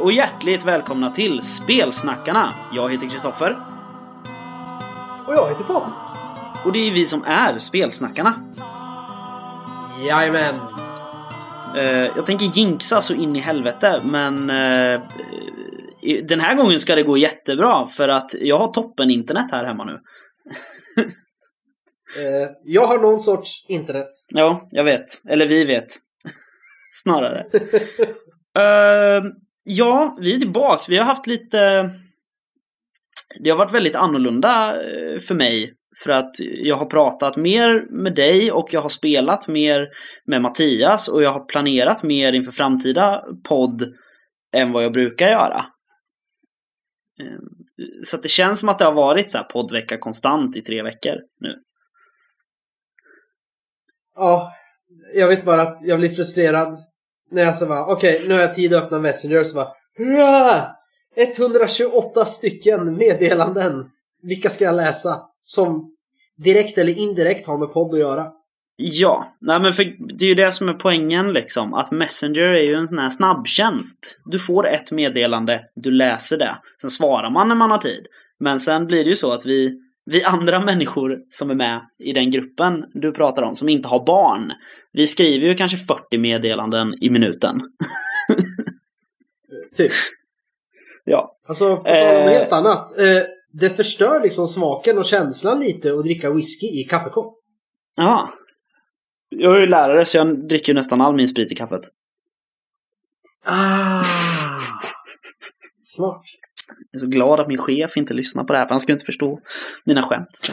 och hjärtligt välkomna till Spelsnackarna. Jag heter Kristoffer. Och jag heter Patrik. Och det är vi som är Spelsnackarna. Jajamän. Jag tänker jinxa så in i helvete, men den här gången ska det gå jättebra för att jag har toppen internet här hemma nu. Jag har någon sorts internet. Ja, jag vet. Eller vi vet. Snarare. Ja, vi är tillbaka. Vi har haft lite... Det har varit väldigt annorlunda för mig. För att jag har pratat mer med dig och jag har spelat mer med Mattias. Och jag har planerat mer inför framtida podd än vad jag brukar göra. Så att det känns som att det har varit så här poddvecka konstant i 3 veckor nu. Ja, jag vet bara att jag blir frustrerad när jag så var okej, nu har jag tid att öppna Messenger, så var 128 stycken meddelanden. Vilka ska jag läsa? Som direkt eller indirekt har med podd att göra. Ja, nej men för det är ju det som är poängen liksom. Att Messenger är ju en sån här snabbtjänst. Du får ett meddelande, du läser det. Sen svarar man när man har tid. Men sen blir det ju så att vi andra människor som är med i den gruppen du pratar om, som inte har barn, vi skriver ju kanske 40 meddelanden i minuten. Typ. Ja. Alltså, på tal om något helt annat. Det förstör liksom smaken och känslan lite att dricka whisky i kaffekopp. Ja. Jag är ju lärare så jag dricker ju nästan all min sprit i kaffet. Smart. Jag är så glad att min chef inte lyssnar på det här, för han skulle inte förstå mina skämt.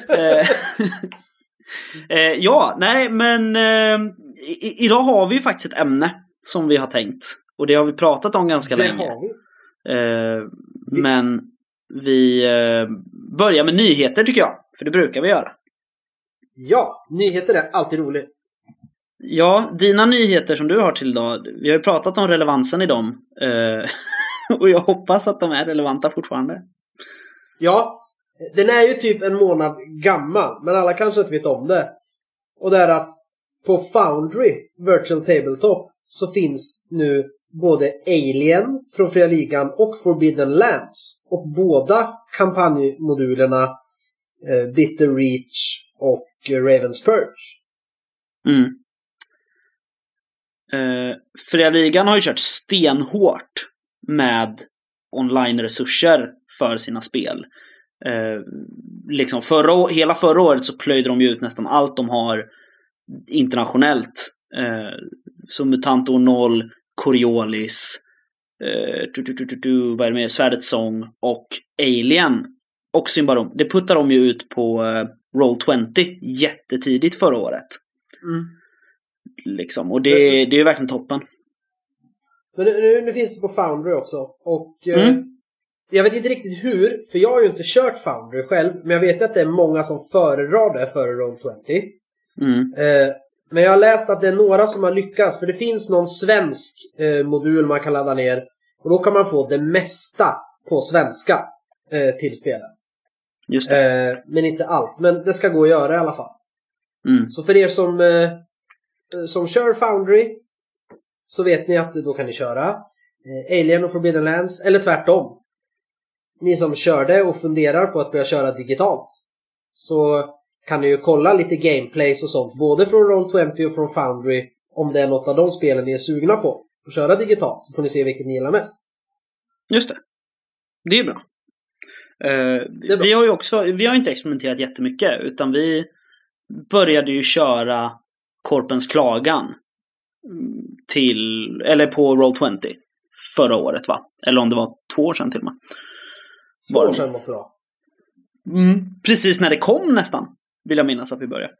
Ja, nej, men idag har vi ju faktiskt ett ämne som vi har tänkt. Och det har vi pratat om ganska länge. Har vi. Men vi börjar med nyheter tycker jag. För det brukar vi göra. Ja, nyheter är alltid roligt. Ja, dina nyheter som du har till idag. Vi har ju pratat om relevansen i dem. Och jag hoppas att de är relevanta fortfarande. Ja, den är ju typ en månad gammal, men alla kanske inte vet om det. Och det är att på Foundry Virtual Tabletop så finns nu både Alien från Fria Ligan och Forbidden Lands. Och båda kampanjmodulerna Bitter Reach och Raven's Purge. Fria Ligan har ju kört stenhårt med online-resurser för sina spel. Liksom hela förra året så plöjde de ju ut nästan allt de har internationellt. Som Mutantor 0, Coriolis, vad är det med? Svärdets sång och Alien och Symbarom. Det puttar de ju ut på Roll20 jättetidigt förra året. Liksom. Och det är ju verkligen toppen. Men nu finns det på Foundry också. Och jag vet inte riktigt hur, för jag har ju inte kört Foundry själv. Men jag vet att det är många som föredrar det före Roll20. Men jag har läst att det är några som har lyckats. För det finns någon svensk modul man kan ladda ner. Och då kan man få det mesta på svenska till spelen. Just det. Men inte allt. Men det ska gå att göra i alla fall. Så för er som kör Foundry, så vet ni att då kan ni köra Alien och Forbidden Lands. Eller tvärtom. Ni som körde och funderar på att börja köra digitalt, så kan ni ju kolla lite gameplays och sånt, både från Roll20 och från Foundry, om det är något av de spelen ni är sugna på att köra digitalt, så får ni se vilket ni gillar mest. Just det. Det är bra. Vi har ju också, vi har inte experimenterat jättemycket, utan vi började ju köra Korpens klagan på Roll20 förra året, va? Eller om det var 2 år sedan till och med. 2 år sedan måste det vara. Precis när det kom nästan, vill jag minnas att vi började.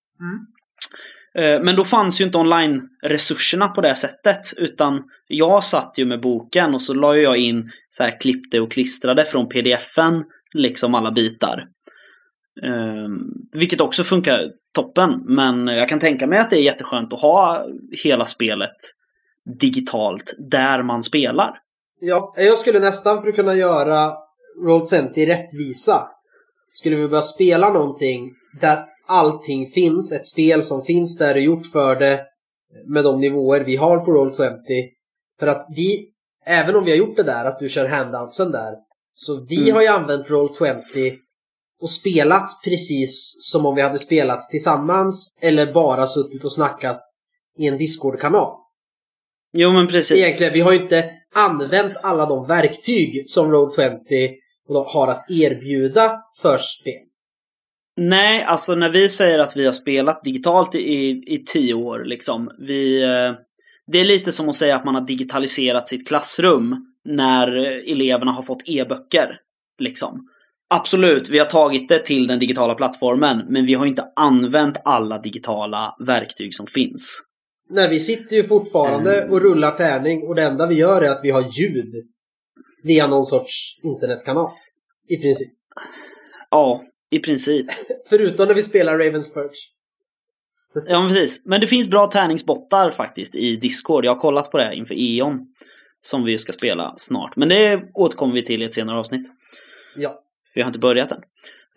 Men då fanns ju inte online-resurserna på det sättet, utan jag satt ju med boken och så la jag in så här, klippte och klistrade från pdf-en liksom alla bitar. Vilket också funkar toppen, men jag kan tänka mig att det är jätteskönt att ha hela spelet digitalt där man spelar. Ja, jag skulle nästan, för att kunna göra Roll20 rättvisa, skulle vi börja spela någonting där allting finns, ett spel som finns där och gjort för det med de nivåer vi har på Roll20. För att vi även om vi har gjort det där att du kör handoutsen där, så vi har ju använt Roll20 och spelat precis som om vi hade spelat tillsammans eller bara suttit och snackat i en Discord-kanal. Jo, men precis. Egentligen, vi har ju inte använt alla de verktyg som Roll20 har att erbjuda för spel. Nej, alltså när vi säger att vi har spelat digitalt i 10 år liksom, det är lite som att säga att man har digitaliserat sitt klassrum när eleverna har fått e-böcker liksom. Absolut, vi har tagit det till den digitala plattformen, men vi har inte använt alla digitala verktyg som finns. Nej, vi sitter ju fortfarande och rullar tärning, och det enda vi gör är att vi har ljud via någon sorts internetkanal. I princip. Ja, i princip. Förutom när vi spelar Raven's Purge. Ja, men precis. Men det finns bra tärningsbottar faktiskt i Discord. Jag har kollat på det inför E.ON som vi ska spela snart. Men det återkommer vi till i ett senare avsnitt. Ja. Vi har inte börjat än.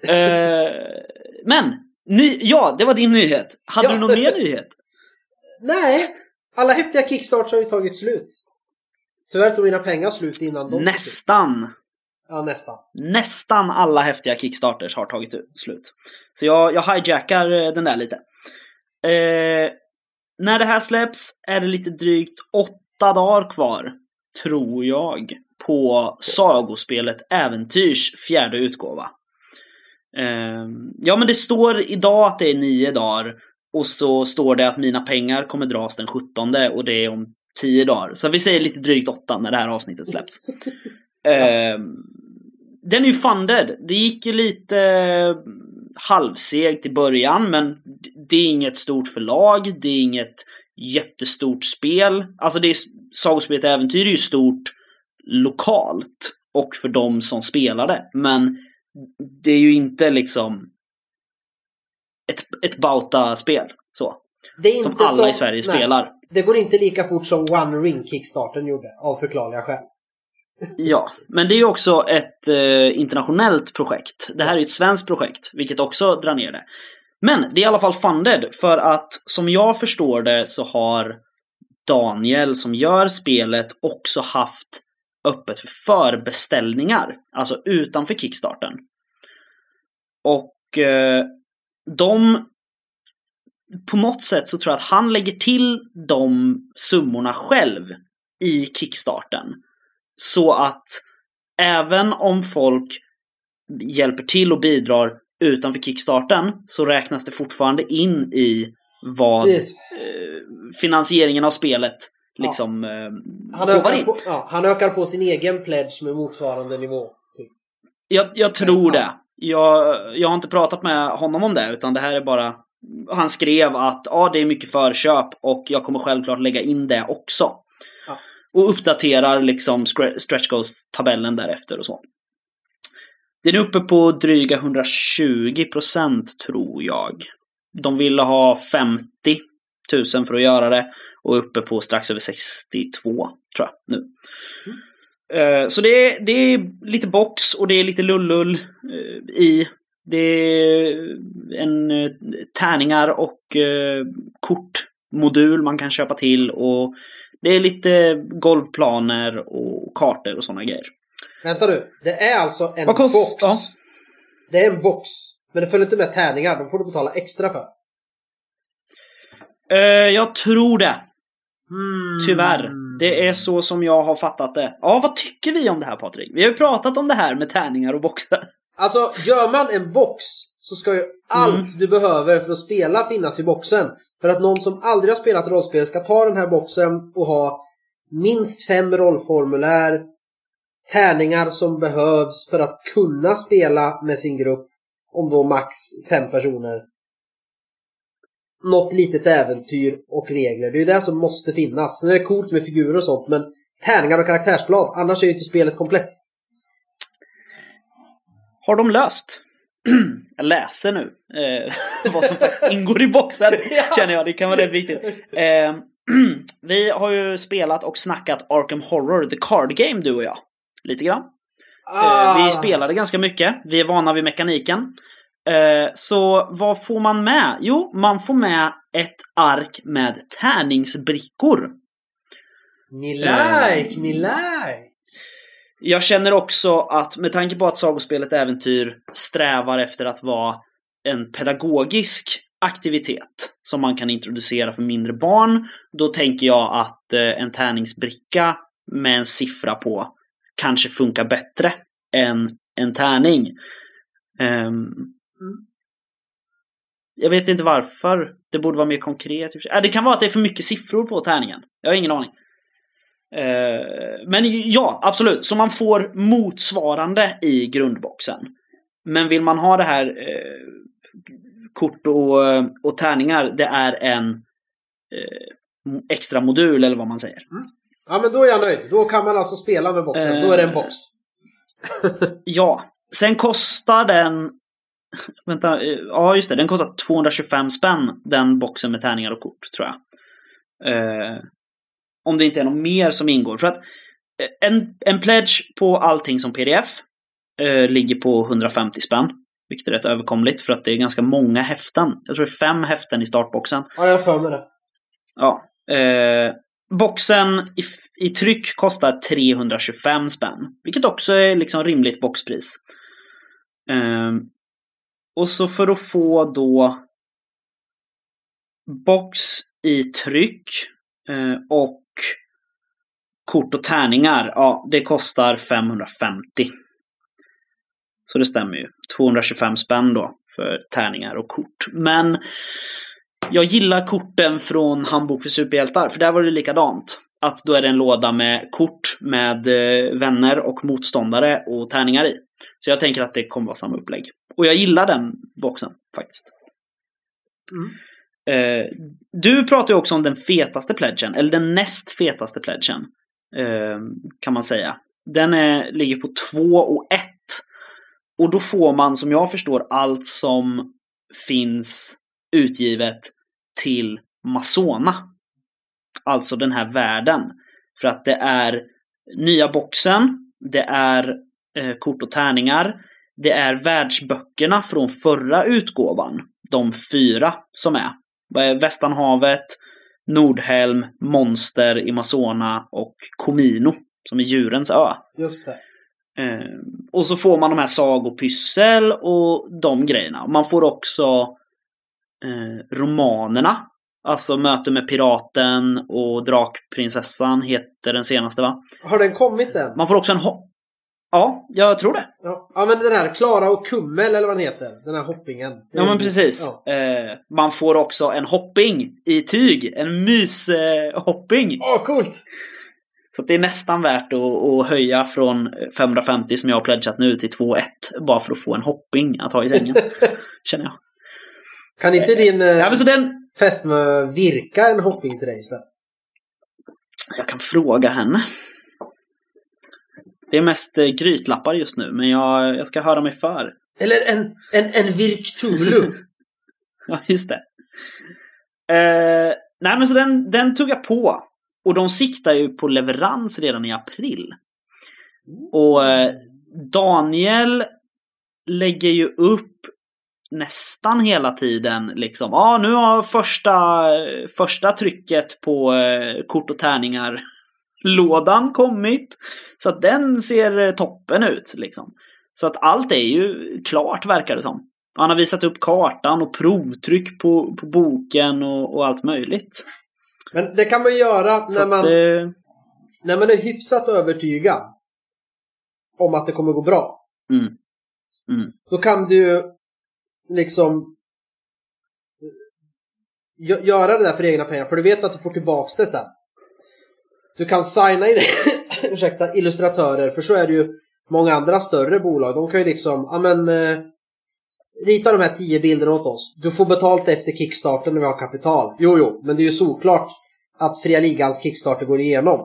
Men, ja, det var din nyhet. Hade du någon mer nyhet? Nej, alla häftiga kickstarts har ju tagit slut. Tyvärr tog mina pengar slut innan de. Nästan. Ja, nästan. Nästan alla häftiga kickstarters har tagit slut. Så jag hijackar den där lite. När det här släpps är det lite drygt 8 dagar kvar, tror jag, på sagospelet Äventyrs 4:e utgåva. Ja, men det står idag att det är 9 dagar. Och så står det att mina pengar kommer dras den 17:e, och det är om 10 dagar. Så vi säger lite drygt 8 när det här avsnittet släpps. Den är ju funded. Det gick ju lite halvsegt i början, men det är inget stort förlag. Det är inget jättestort spel. Alltså sagospelet Äventyr är ju stort lokalt och för de som spelar det. Men det är ju inte liksom ett Bauta-spel så. Det är inte som alla i Sverige spelar. Det går inte lika fort som One Ring Kickstarten gjorde, av förklarliga skäl. Ja, men det är ju också ett internationellt projekt. Det här är ju ett svenskt projekt, vilket också drar ner det. Men det är i alla fall funded, för att som jag förstår det så har Daniel som gör spelet också haft öppet för förbeställningar, alltså utanför Kickstarten. Och på något sätt så tror jag att han lägger till de summorna själv i Kickstarten. Så att även om folk hjälper till och bidrar utanför Kickstarten, så räknas det fortfarande in i vad finansieringen av spelet liksom han ökar på sin egen pledge med motsvarande nivå. Typ. Jag tror det. Jag har inte pratat med honom om det, utan det här är bara, han skrev att det är mycket förköp och jag kommer självklart lägga in det också. Ja. Och uppdaterar liksom stretch goals-tabellen därefter och så. Den är uppe på dryga 120% tror jag. De ville ha 50 000 för att göra det, och uppe på strax över 62 tror jag nu. Så det är lite box och det är lite lullull i. Det är tärningar och kortmodul man kan köpa till, och det är lite golvplaner och kartor och sådana grejer. Vänta du, det är alltså en box. Ja. Det är en box, men det följer inte med tärningar. De får du betala extra för. Jag tror det. Tyvärr. Det är så som jag har fattat det. Ja, vad tycker vi om det här, Patrik? Vi har ju pratat om det här med tärningar och boxar. Alltså, gör man en box så ska ju allt du behöver för att spela finnas i boxen. För att någon som aldrig har spelat rollspel ska ta den här boxen och ha minst 5 rollformulär, tärningar som behövs för att kunna spela med sin grupp, om då max 5 personer. Något litet äventyr och regler. Det är ju det som måste finnas. Sen är det coolt med figurer och sånt, men tärningar och karaktärsblad, annars är ju inte spelet komplett. Har de löst? Jag läser nu vad som faktiskt ingår i boxen. Känner jag, det kan vara rätt viktigt. Vi har ju spelat och snackat Arkham Horror, The Card Game, du och jag. Lite grann. Vi spelade ganska mycket. Vi är vana vid mekaniken. Så vad får man med? Jo, man får med ett ark med tärningsbrickor. Ni like. Jag känner också att med tanke på att Sagospelet Äventyr strävar efter att vara en pedagogisk aktivitet som man kan introducera för mindre barn, då tänker jag att en tärningsbricka med en siffra på kanske funkar bättre än en tärning. Jag vet inte varför. Det borde vara mer konkret. Det kan vara att det är för mycket siffror på tärningen. Jag har ingen aning. Men ja, absolut. Så man får motsvarande i grundboxen. Men vill man ha det här kort och tärningar, det är en extra modul eller vad man säger. Ja, men då är jag nöjd. Då kan man alltså spela med boxen. Då är det en box. Ja. Sen kostar den ja just det, den kostar 225 spänn, den boxen med tärningar och kort, tror jag. Om det inte är något mer som ingår. För att en pledge på allting som pdf ligger på 150 spänn. Vilket är rätt överkomligt för att det är ganska många häften. Jag tror det är 5 häften i startboxen. Ja, jag får med det. Ja. Boxen i tryck kostar 325 spänn. Vilket också är liksom rimligt boxpris. Och så för att få då box i tryck och kort och tärningar, ja, det kostar 550. Så det stämmer ju. 225 spänn då för tärningar och kort. Men jag gillar korten från Handbok för superhjältar, för där var det likadant. Att då är det en låda med kort med vänner och motståndare och tärningar i. Så jag tänker att det kommer vara samma upplägg. Och jag gillar den boxen faktiskt. Du pratar ju också om den fetaste pledgen, eller den näst fetaste pledgen, kan man säga. Den ligger på 2 och 1. Och då får man, som jag förstår, allt som finns utgivet till Masona. Alltså den här världen. För att det är nya boxen, det är kort och tärningar, det är världsböckerna från förra utgåvan. De 4 som är. Västanhavet, Nordhelm, Monster i Masona och Comino, som är djurens ö. Just det. Och så får man de här sagopyssel och de grejerna. Man får också romanerna. Alltså Möte med piraten och Drakprinsessan heter den senaste, va? Har den kommit än? Man får också ja, jag tror det. Ja, men den här Klara och Kummel eller vad den heter. Den här hoppingen. Ja, men precis. Ja. Man får också en hopping i tyg. En myshopping. Coolt! Så det är nästan värt att höja från 550 som jag har pledgat nu till 2,1 bara för att få en hopping att ha i sängen. Känner jag. Kan inte din den fästmö virka en hopping till dig istället? Jag kan fråga henne. Det är mest grytlappar just nu, men jag ska höra mig för. Eller en virktulu. Ja, just det. Nej, men så den tog jag på. Och de siktar ju på leverans redan i april. Och Daniel lägger ju upp nästan hela tiden liksom. Ja, nu har första trycket på kort och tärningar lådan kommit. Så att den ser toppen ut liksom. Så att allt är ju klart, verkar det som. Han har visat upp kartan och provtryck på boken och allt möjligt. Men det kan man göra när man är hyfsat övertygad om att det kommer gå bra. Då kan du liksom göra det där för egna pengar, för du vet att du får tillbaks det sen. Du kan signa in illustratörer, för så är det ju många andra större bolag. De kan ju liksom rita de här 10 bilderna åt oss. Du får betalt efter Kickstarter när vi har kapital. Jo, men det är ju såklart att Fria Ligans Kickstarter går igenom.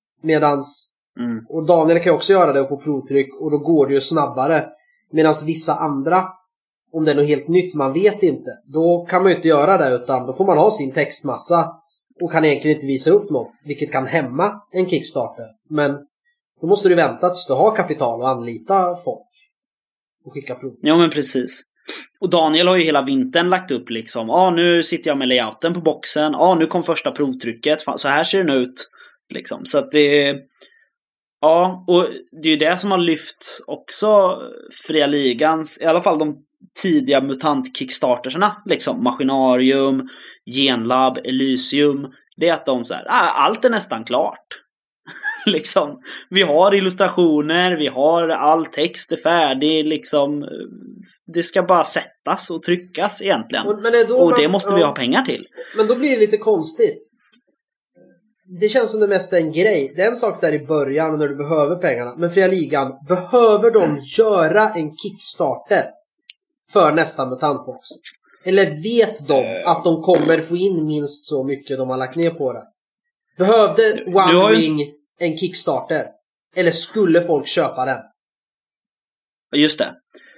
Och Daniel kan ju också göra det och få provtryck, och då går det ju snabbare. Medan vissa andra, om det är något helt nytt, man vet inte, då kan man ju inte göra det, utan då får man ha sin textmassa och kan egentligen inte visa upp något, vilket kan hämma en Kickstarter. Men då måste du vänta tills du har kapital och anlita folk och skicka prov. Ja, men precis. Och Daniel har ju hela vintern lagt upp liksom. Nu sitter jag med layouten på boxen. Nu kom första provtrycket. Så här ser den ut. liksom. Så att det är... Ja, och det är ju det som har lyfts också Fria Ligans, i alla fall de tidiga mutant-kickstarterserna, liksom Maskinarium, Genlab, Elysium. Det är att de så här, allt är nästan klart. Liksom, vi har illustrationer, vi har all text är färdig, liksom, det ska bara sättas och tryckas egentligen. Och det måste vi ha pengar till. Men då blir det lite konstigt. Det känns som det mest är en grej. Det är en sak där i början när du behöver pengarna. Men Fria Ligan, behöver de göra en Kickstarter för nästa mutantbox? Eller vet de att de kommer få in minst så mycket de har lagt ner på det? Behövde One Ring en Kickstarter? Eller skulle folk köpa den? Just det.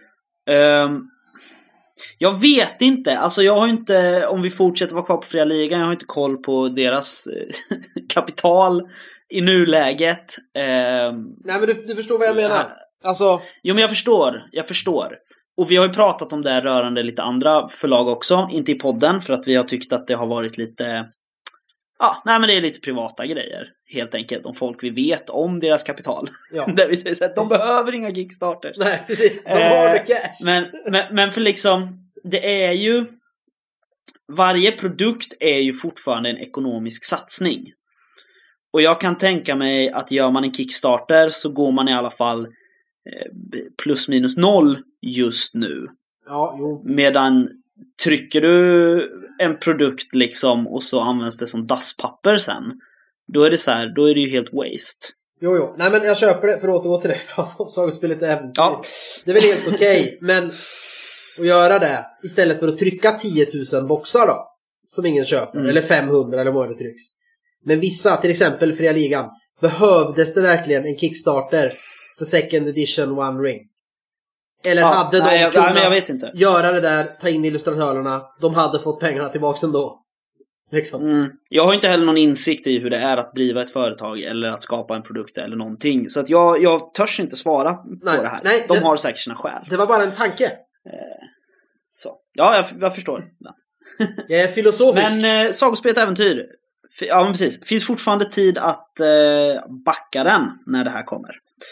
Jag vet inte. Alltså jag har inte, om vi fortsätter vara kvar på Fria Ligan, jag har inte koll på deras kapital i nuläget. Nej, men du förstår vad jag menar. Alltså... Jo, men jag förstår. Och vi har ju pratat om det rörande lite andra förlag också. Inte i podden, för att vi har tyckt att det har varit lite... Ja, nej, men det är lite privata grejer. Helt enkelt, om folk vi vet om deras kapital. Ja. Där vi säger att de behöver inga Kickstarters. Nej, precis. De har det cash. Men för liksom, det är ju... Varje produkt är ju fortfarande en ekonomisk satsning. Och jag kan tänka mig att gör man en Kickstarter så går man i alla fall plus minus noll just nu. Ja, jo. Medan trycker du en produkt liksom och så används det som dasspapper sen, då är det så här, då är det ju helt waste. Jo. Nej, men jag köper det, för att återgå till det. Prata om sagospelet äventyr. Ja. Det är väl helt okej, men att göra det istället för att trycka 10 000 boxar då, som ingen köper, eller 500 eller vad det trycks. Men vissa, till exempel Fria Ligan, behövdes det verkligen en Kickstarter för second edition One Ring? Eller hade de kunnat jag vet inte. Göra det där, ta in illustratörerna, de hade fått pengarna tillbaka ändå. Liksom. Jag har inte heller någon insikt i hur det är att driva ett företag eller att skapa en produkt eller någonting. Så att jag törs inte svara på det här. Nej, de har säkert sina skäl. Det var bara en tanke. Så. Ja, jag förstår. Ja. Jag är filosofisk. Men sagospelet äventyr. Ja, men precis. Det finns fortfarande tid att backa den när det här kommer.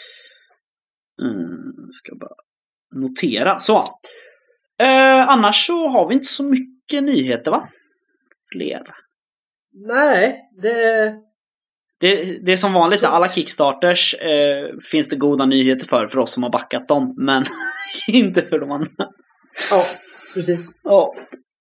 Ska bara notera. Så. Annars så har vi inte så mycket nyheter, va? Fler. Nej, det är som vanligt så alla Kickstarters finns det goda nyheter för oss som har backat dem, men inte för de andra. Ja, precis. Ja.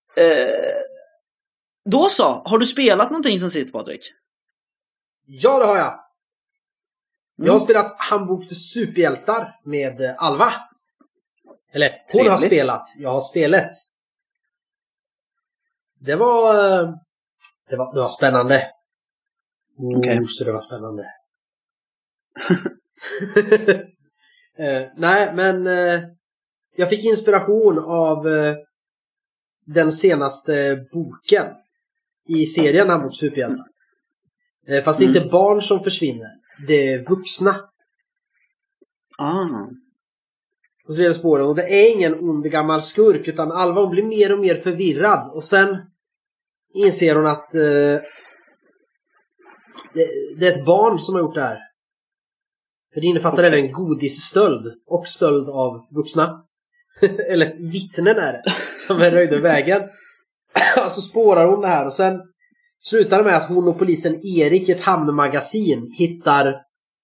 Då så, har du spelat någonting sen sist, Patrik? Ja, det har jag. Jag har spelat Handbok för superhjältar med Alva. Eller hon har spelat, jag har spelat. Det var spännande. Så det var spännande. Nej, men jag fick inspiration av den senaste boken i serien Handbok för superhjältar. Fast det är inte barn som försvinner. Det är vuxna. Och så blir det spåren. Och det är ingen ond gammal skurk, utan Alva blir mer och mer förvirrad. Och sen inser hon att det är ett barn som har gjort det här. För det innefattar även godisstöld och stöld av vuxna. Eller vittnen är det, som är röjde vägen. Och så spårar hon det här. Och sen slutar det med att hon och polisen Erik i ett hamnmagasin hittar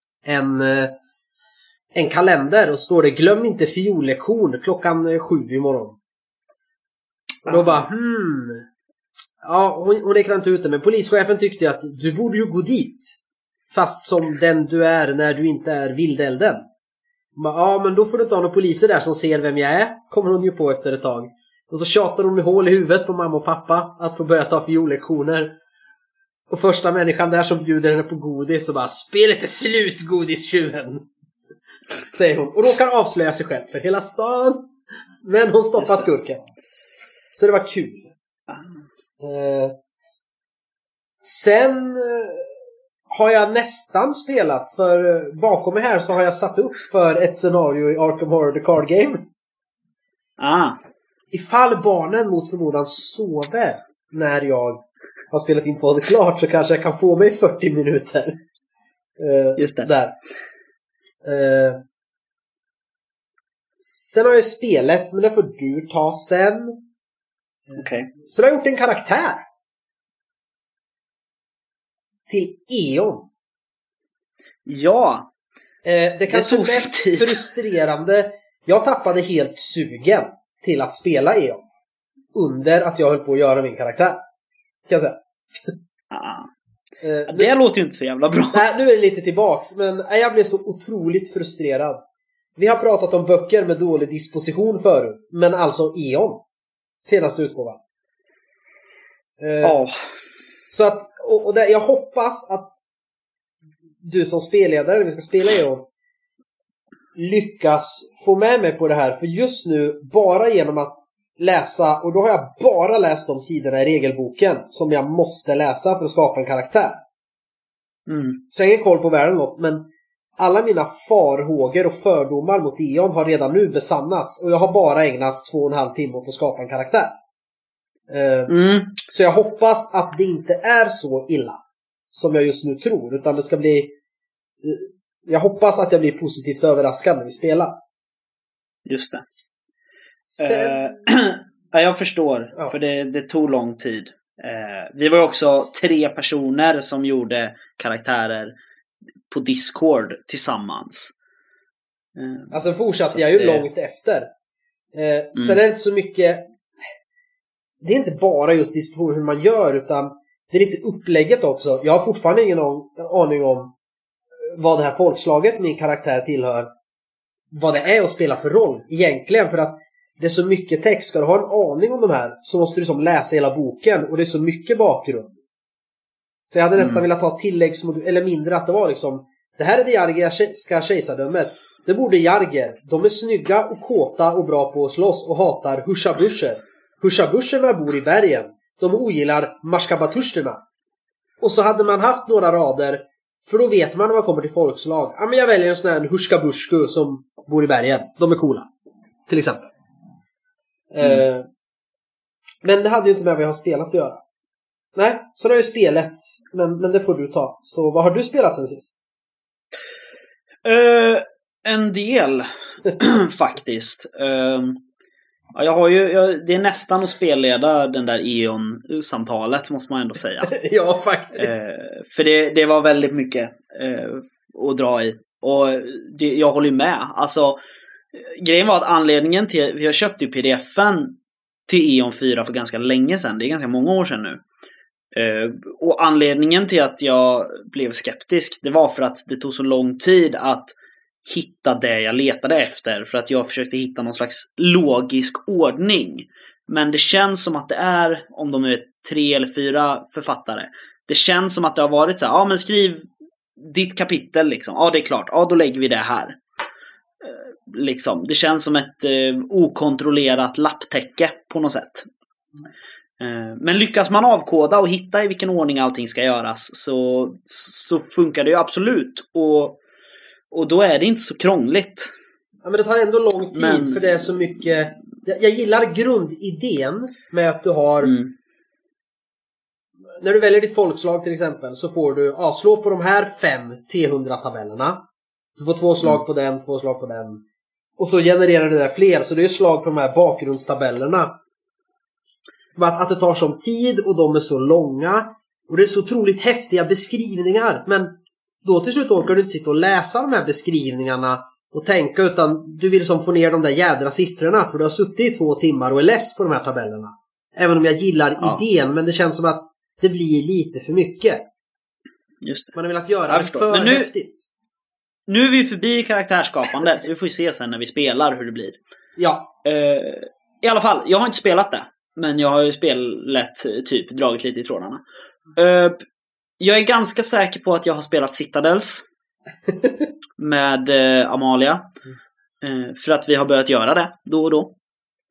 en kalender och står det: glöm inte fiollektion klockan 7 imorgon. Och då bara ja, hon räknar inte ut det, men polischefen tyckte att du borde ju gå dit, fast som den du är när du inte är vildelden. Ja, men då får du inte ha några poliser där som ser vem jag är, kommer hon ju på efter ett tag. Och så tjatar hon med hål i huvudet på mamma och pappa att få börja ta fiollektioner. Och första människan där som bjuder henne på godis och bara: spelet är slut, godistjuven, säger hon. Och råkar avslöja sig själv för hela stan. Men hon stoppar skurken. Så det var kul. Sen har jag nästan spelat, för bakom mig här så har jag satt upp för ett scenario i Arkham Horror The Card Game. Ah. Ifall barnen mot förmodan sover när jag har spelat in podden klart så kanske jag kan få mig 40 minuter. Just det. Där. Sen har jag spelet, men det får du ta sen. Okej. Så jag har gjort en karaktär. Till Eon. Ja. Det kanske är mest frustrerande. Jag tappade helt sugen till att spela Eon. Under att jag höll på att göra min karaktär. Kan jag säga. Det låter ju inte så jävla bra. Nej, nu är det lite tillbaks. Men jag blev så otroligt frustrerad. Vi har pratat om böcker med dålig disposition förut. Men alltså Eon. Senaste utgåvan. Så att, och där, jag hoppas att du som spelledare, vi ska spela Eon, lyckas få med mig på det här. För just nu, bara genom att läsa, och då har jag bara läst de sidorna i regelboken som jag måste läsa för att skapa en karaktär. Så jag har ingen koll på världen något, men alla mina farhågor och fördomar mot Eon har redan nu besannats. Och jag har bara ägnat 2,5 timmar åt att skapa en karaktär. Så jag hoppas att det inte är så illa som jag just nu tror, utan det ska bli, jag hoppas att jag blir positivt överraskad när vi spelar. Just det. Sen... jag förstår, för det tog lång tid. Vi var också 3 personer som gjorde karaktärer på Discord tillsammans. Alltså fortsatte jag ju långt efter. Sen är det inte så mycket, det är inte bara just diskussion hur man gör, utan det är lite upplägget också. Jag har fortfarande ingen aning om vad det här folkslaget min karaktär tillhör, vad det är att spela för roll egentligen, för att det är så mycket text. Ska du ha en aning om de här så måste du liksom läsa hela boken, och det är så mycket bakgrund. Så jag hade nästan velat ta tilläggsmodul, eller mindre, att det var liksom, det här är det jargiska kejsardömet. Det borde jarger. De är snygga och kåta och bra på att slåss och hatar hushabusher. Hushabusherna bor i bergen. De ogillar marskabatursterna. Och så hade man haft några rader, för då vet man när man kommer till folkslag. Ja, men jag väljer en sån här huskabushku som bor i bergen. De är coola. Till exempel. Men det hade ju inte med vad jag har spelat att göra. Nej, så det har ju spelet. Men det får du ta. Så vad har du spelat sen sist? En del faktiskt. Det är nästan att spelleda den där Eon-samtalet, måste man ändå säga. Ja, faktiskt. För det var väldigt mycket att dra i. Och jag håller med. Alltså, grejen var att anledningen till, vi har köpt ju pdf-en till Eon 4 för ganska länge sedan. Det är ganska många år sedan nu. Och anledningen till att jag blev skeptisk, det var för att det tog så lång tid att hitta det jag letade efter, för att jag försökte hitta någon slags logisk ordning. Men det känns som att det är, om de är 3 eller 4 författare, det känns som att det har varit så här, ja men skriv ditt kapitel liksom, ja det är klart, ja då lägger vi det här liksom. Det känns som ett okontrollerat lapptäcke på något sätt. Men lyckas man avkoda och hitta i vilken ordning allting ska göras, så funkar det ju absolut. Och då är det inte så krångligt. Ja, men det tar ändå lång tid, för det är så mycket. Jag gillar grundidén med att du har när du väljer ditt folkslag till exempel, så får du slå på de här 5 T100-tabellerna. Du får 2 slag på den, 2 slag på den. Och så genererar det där fler, så det är slag på de här bakgrundstabellerna. Att det tar som tid och de är så långa. Och det är så otroligt häftiga beskrivningar. Men då till slut orkar du inte sitta och läsa de här beskrivningarna och tänka, utan du vill som få ner de där jädra siffrorna, för du har suttit i 2 timmar och är less på de här tabellerna. Även om jag gillar idén, men det känns som att det blir lite för mycket. Just det. Man har velat göra det för häftigt. Nu är vi förbi karaktärsskapandet, så vi får ju se sen när vi spelar hur det blir. Ja. I alla fall, jag har inte spelat det, men jag har ju spelat typ dragit lite i trådarna. Jag är ganska säker på att jag har spelat Citadels med Amalia. För att vi har börjat göra det då och då.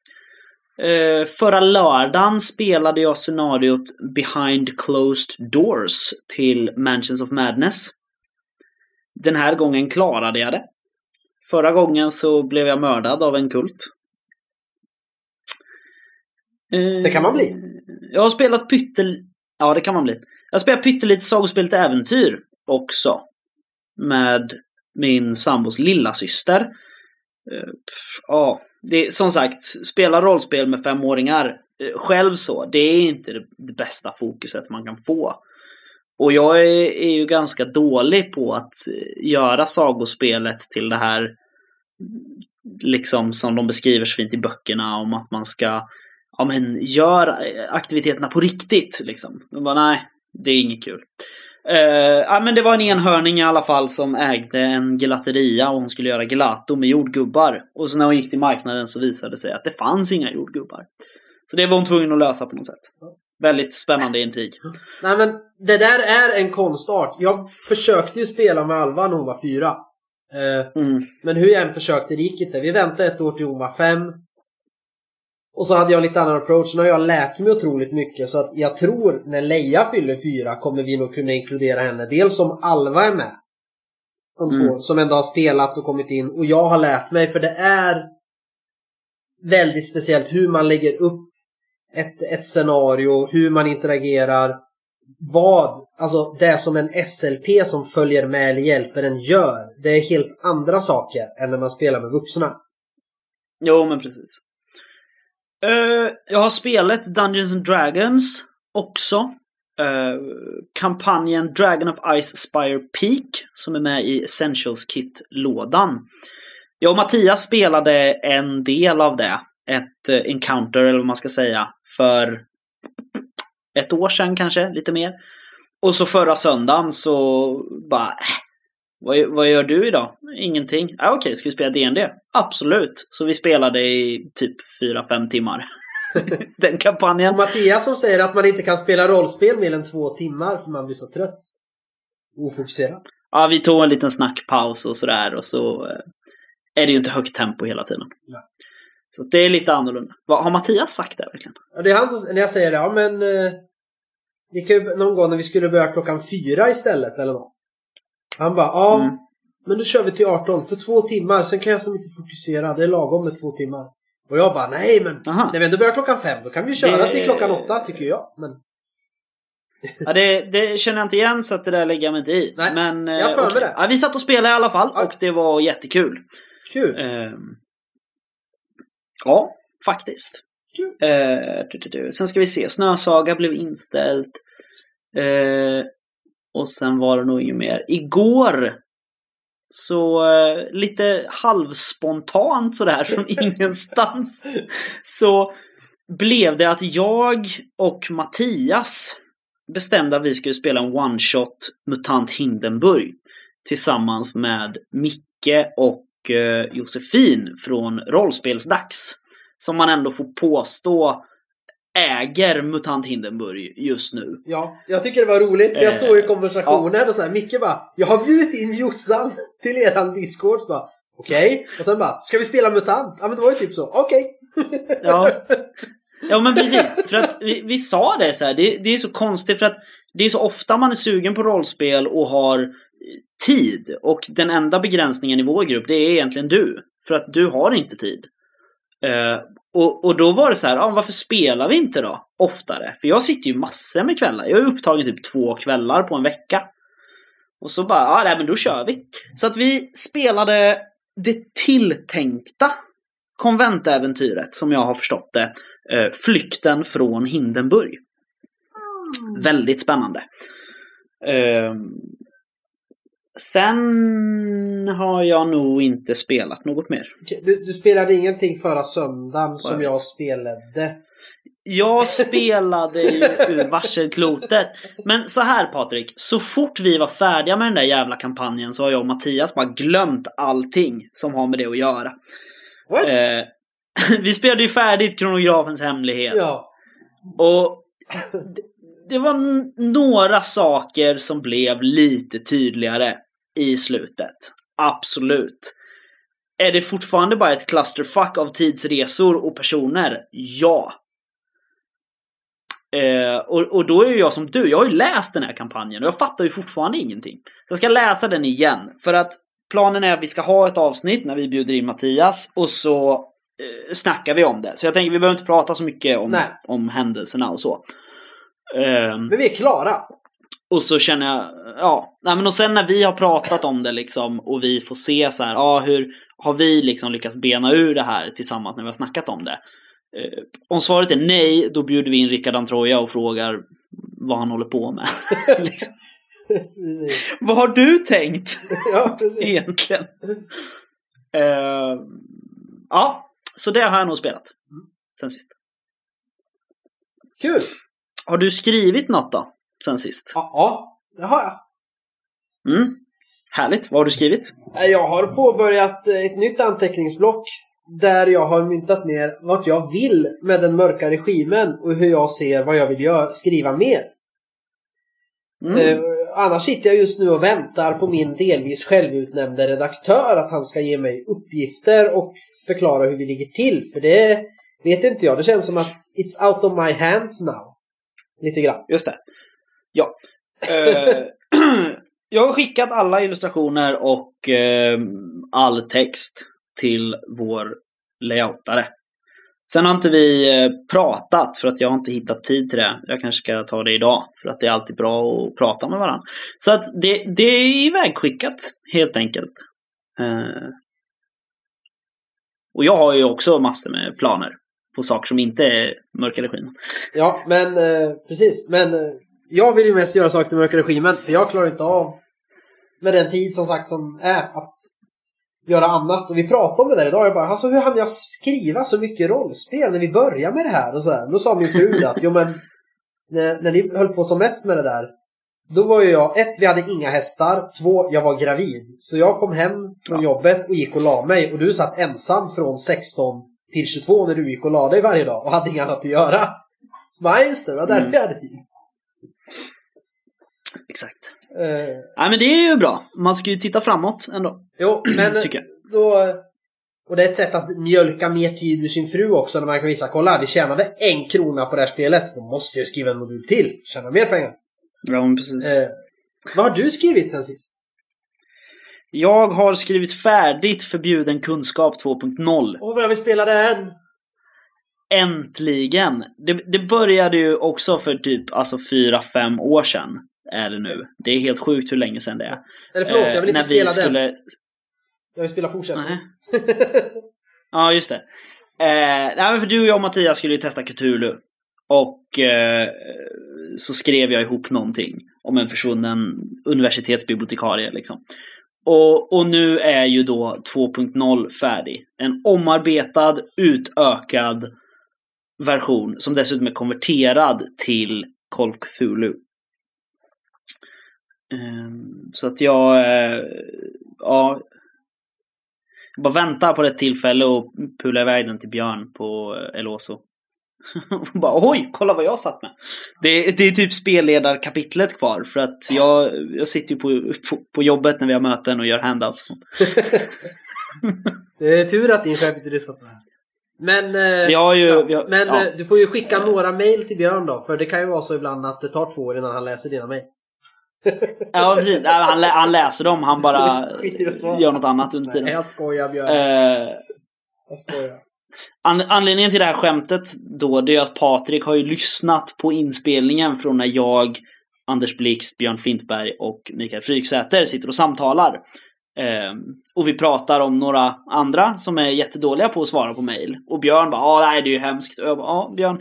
Förra lördagen spelade jag scenariot Behind Closed Doors till Mansions of Madness. Den här gången klarade jag det. Förra gången så blev jag mördad av en kult. Det kan man bli. Jag har spelat Ja, det kan man bli. Jag spelar pyttelite sagospelet Äventyr också. Med min sambos lilla syster. Ja, det är som sagt, spela rollspel med 5-åringar själv så, det är inte det bästa fokuset man kan få. Och jag är ju ganska dålig på att göra sagospelet till det här liksom som de beskriver så fint i böckerna om att man ska gör aktiviteterna på riktigt liksom. Men bara, nej, det är inget kul. Men det var en enhörning i alla fall som ägde en gelateria och hon skulle göra gelato med jordgubbar. Och så när hon gick till marknaden så visade det sig att det fanns inga jordgubbar. Så det var hon tvungen att lösa på något sätt. Väldigt spännande intrig. Nej, men det där är en konstart. Jag försökte ju spela med Alva när hon var 4. Men hur jag än försökte, det gick inte. Vi väntade ett år till hon var 5. Och så hade jag lite annan approach. Nu har jag lärt mig otroligt mycket. Så att jag tror när Leia fyller 4 kommer vi nog kunna inkludera henne. Dels som Alva är med. De två som ändå har spelat och kommit in. Och jag har lärt mig, för det är väldigt speciellt hur man lägger upp ett scenario, hur man interagerar, alltså det som en SLP som följer med eller hjälper en gör. Det är helt andra saker än när man spelar med vuxna. Jo, men precis. Jag har spelat Dungeons and Dragons också. Kampanjen Dragon of Ice Spire Peak som är med i Essentials Kit-lådan. Jag och Mattias spelade en del av det. Ett encounter, eller vad man ska säga, för ett år sedan kanske, lite mer. Och så förra söndagen så bara, vad gör du idag? Ingenting. Okej, ska vi spela D&D? Absolut. Så vi spelade i typ 4-5 timmar. Den kampanjen. Och Mattias som säger att man inte kan spela rollspel mer än 2 timmar för man blir så trött. Ofokuserad. Ja, vi tog en liten snackpaus och sådär. Och så är det ju inte högt tempo hela tiden. Ja. Så det är lite annorlunda. Vad har Mattias sagt där verkligen? Ja, det är han som, när jag säger det, ja men vi kan ju någon gång när vi skulle börja 4:00 istället eller något. Han bara, men då kör vi till 18 för 2 timmar, sen kan jag som inte fokusera, det är lagom med 2 timmar. Och jag bara, nej men när vi ändå börjar 5:00, då kan vi köra till 8:00 tycker jag. Men ja, det känner jag inte igen, så att det där lägger jag mig inte i. Nej, men jag för mig det. Ja, vi satt och spelade i alla fall och det var jättekul. Kul. Ja, faktiskt. Sen ska vi se. Snösaga blev inställt. Och sen var det nog inget mer. Igår så lite halvspontant sådär från ingenstans så blev det att jag och Mattias bestämde att vi skulle spela en one-shot Mutant Hindenburg tillsammans med Micke och Josefin från Rollspelsdags, som man ändå får påstå äger Mutant Hindenburg just nu. Ja, jag tycker det var roligt för jag såg i konversationen och så här, Micke bara, jag har bjudit in Jossan till eran Discord, så bara, okej. Och sen bara, ska vi spela Mutant? Ja, men det var ju typ så, okej. Ja, men precis. För att vi sa det så här, det är så konstigt för att det är så ofta man är sugen på rollspel och har tid. Och den enda begränsningen i vår grupp, det är egentligen du. För att du har inte tid. Och då var det så här, varför spelar vi inte då oftare? För jag sitter ju massor med kvällar. Jag är upptagen typ 2 kvällar på en vecka. Och så bara, nej men då kör vi. Så att vi spelade det tilltänkta konventäventyret, som jag har förstått det, Flykten från Hindenburg. Väldigt spännande. Sen har jag nog inte spelat något mer. Du spelade ingenting förra söndagen som jag spelade? Jag spelade ju ur varselklotet. Men så här, Patrik, så fort vi var färdiga med den där jävla kampanjen så har jag och Mattias bara glömt allting som har med det att göra. Vi spelade ju färdigt Kronografens hemlighet. Ja. Och det var några saker som blev lite tydligare i slutet. Absolut. Är det fortfarande bara ett clusterfuck av tidsresor och personer? Ja. Och då är ju jag som du. Jag har ju läst den här kampanjen och jag fattar ju fortfarande ingenting. Jag ska läsa den igen. För att planen är att vi ska ha ett avsnitt när vi bjuder in Mattias. Och så snackar vi om det. Så jag tänker vi behöver inte prata så mycket om händelserna och så. Men vi är klara. Och så känner jag, och sen när vi har pratat om det liksom, och vi får se så här, hur har vi liksom lyckats bena ur det här tillsammans när vi har snackat om det. Om svaret är nej, då bjuder vi in Rickard Antroja och frågar vad han håller på med. Liksom. Vad har du tänkt? Egentligen. Så det har jag nog spelat sen sist. Kul. Har du skrivit något då sen sist? Ja, det har jag. Härligt. Vad har du skrivit? Jag har påbörjat ett nytt anteckningsblock där jag har myntat ner vart jag vill med den mörka regimen och hur jag ser vad jag vill skriva mer. Annars sitter jag just nu och väntar på min delvis självutnämnde redaktör att han ska ge mig uppgifter och förklara hur vi ligger till. För det vet inte jag. Det känns som att it's out of my hands now. Lite grann. Just det. Ja. Jag har skickat alla illustrationer och all text till vår layoutare. Sen har inte vi pratat för att jag har inte hittat tid till det. Jag kanske ska ta det idag för att det är alltid bra att prata med varandra. Så att det är ivägskickat helt enkelt. Och jag har ju också massor med planer på saker som inte är mörka regimen. Ja, men precis. Men jag vill ju mest göra saker till mörka regimen för jag klarar inte av med den tid som sagt som är att göra annat. Och vi pratade om det där idag. Jag bara, alltså hur hann jag skriva så mycket rollspel när vi började med det här? Och så här. Då sa min fru att, jo men när ni höll på som mest med det där, då var ju jag, 1, vi hade inga hästar, 2, jag var gravid. Så jag kom hem från jobbet och gick och la mig. Och du satt ensam från 16 till 22 när du gick och la dig varje dag och hade inget annat att göra. Så bara, just det var därför jag hade tid. Exakt. Nej, men det är ju bra. Man ska ju titta framåt ändå. Jo, men tycker jag. Då, och det är ett sätt att mjölka mer tid ur sin fru också när man kan visa, kolla, vi tjänade 1 krona på det här spelet. Då måste jag skriva en modul till. Tjäna mer pengar. Ja, men precis. Vad har du skrivit sen sist? Jag har skrivit färdigt Förbjuden kunskap 2.0. Vad jag vill spela den. Äntligen. Det började ju också för typ 4-5 år sedan. Är det nu. Det är helt sjukt hur länge sedan det är. Eller förlåt, jag vill inte spela den. Jag vill spela fortsättning. Ja, just det. Nej, men för du och jag och Mattias skulle ju testa Cthulhu. Och så skrev jag ihop någonting om en försvunnen universitetsbibliotekarie liksom. Och nu är ju då 2.0 färdig. En omarbetad, utökad version som dessutom är konverterad till Call of Cthulhu. Så att jag bara väntar på ett tillfälle och pula iväg den till Björn på Eloso. Bara, oj, kolla vad jag satt med. Det är typ spelledarkapitlet kvar. För att jag sitter ju på jobbet när vi har möten och gör handouts och sånt. Det är tur att din chef inte lyssnar på det här. Men du får ju skicka några mejl till Björn då. För det kan ju vara så ibland att det tar 2 år innan han läser dina mejl. Ja, precis. Han läser dem. Han bara gör något annat under tiden. Nej, jag skojar, Björn. Jag skojar. Anledningen till det här skämtet då, det är att Patrik har ju lyssnat på inspelningen från när jag, Anders Blixt, Björn Flintberg och Mikael Fryksäter sitter och samtalar. Och vi pratar om några andra som är jättedåliga på att svara på mejl. Och Björn bara, nej det är ju hemskt. Och jag bara, Björn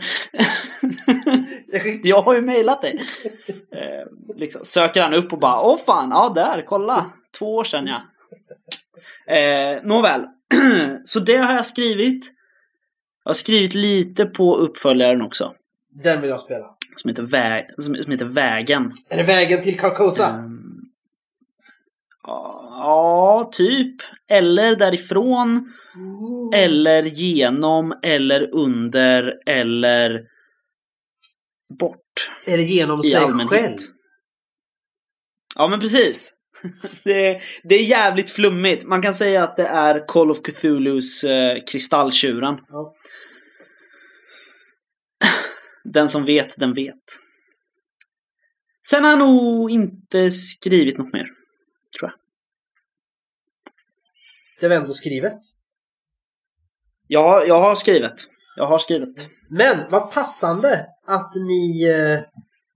jag har ju mejlat dig. Liksom, söker han upp och bara, fan, där, kolla 2 år sedan, ja. Nåväl. Så det har jag skrivit. Jag har skrivit lite på uppföljaren också. Den vill jag spela. Som heter Vägen. Är det Vägen till Carcosa? Ja, typ. Eller därifrån. Eller genom. Eller under. Eller bort. Är det genom sig själv? Ja, men precis. Det är jävligt flummigt. Man kan säga att det är Call of Cthulhus kristalltjuren. Ja. Den som vet, den vet. Sen har jag nog inte skrivit något mer, tror jag. Det var ändå skrivet. Ja, jag har skrivit. Men vad passande att ni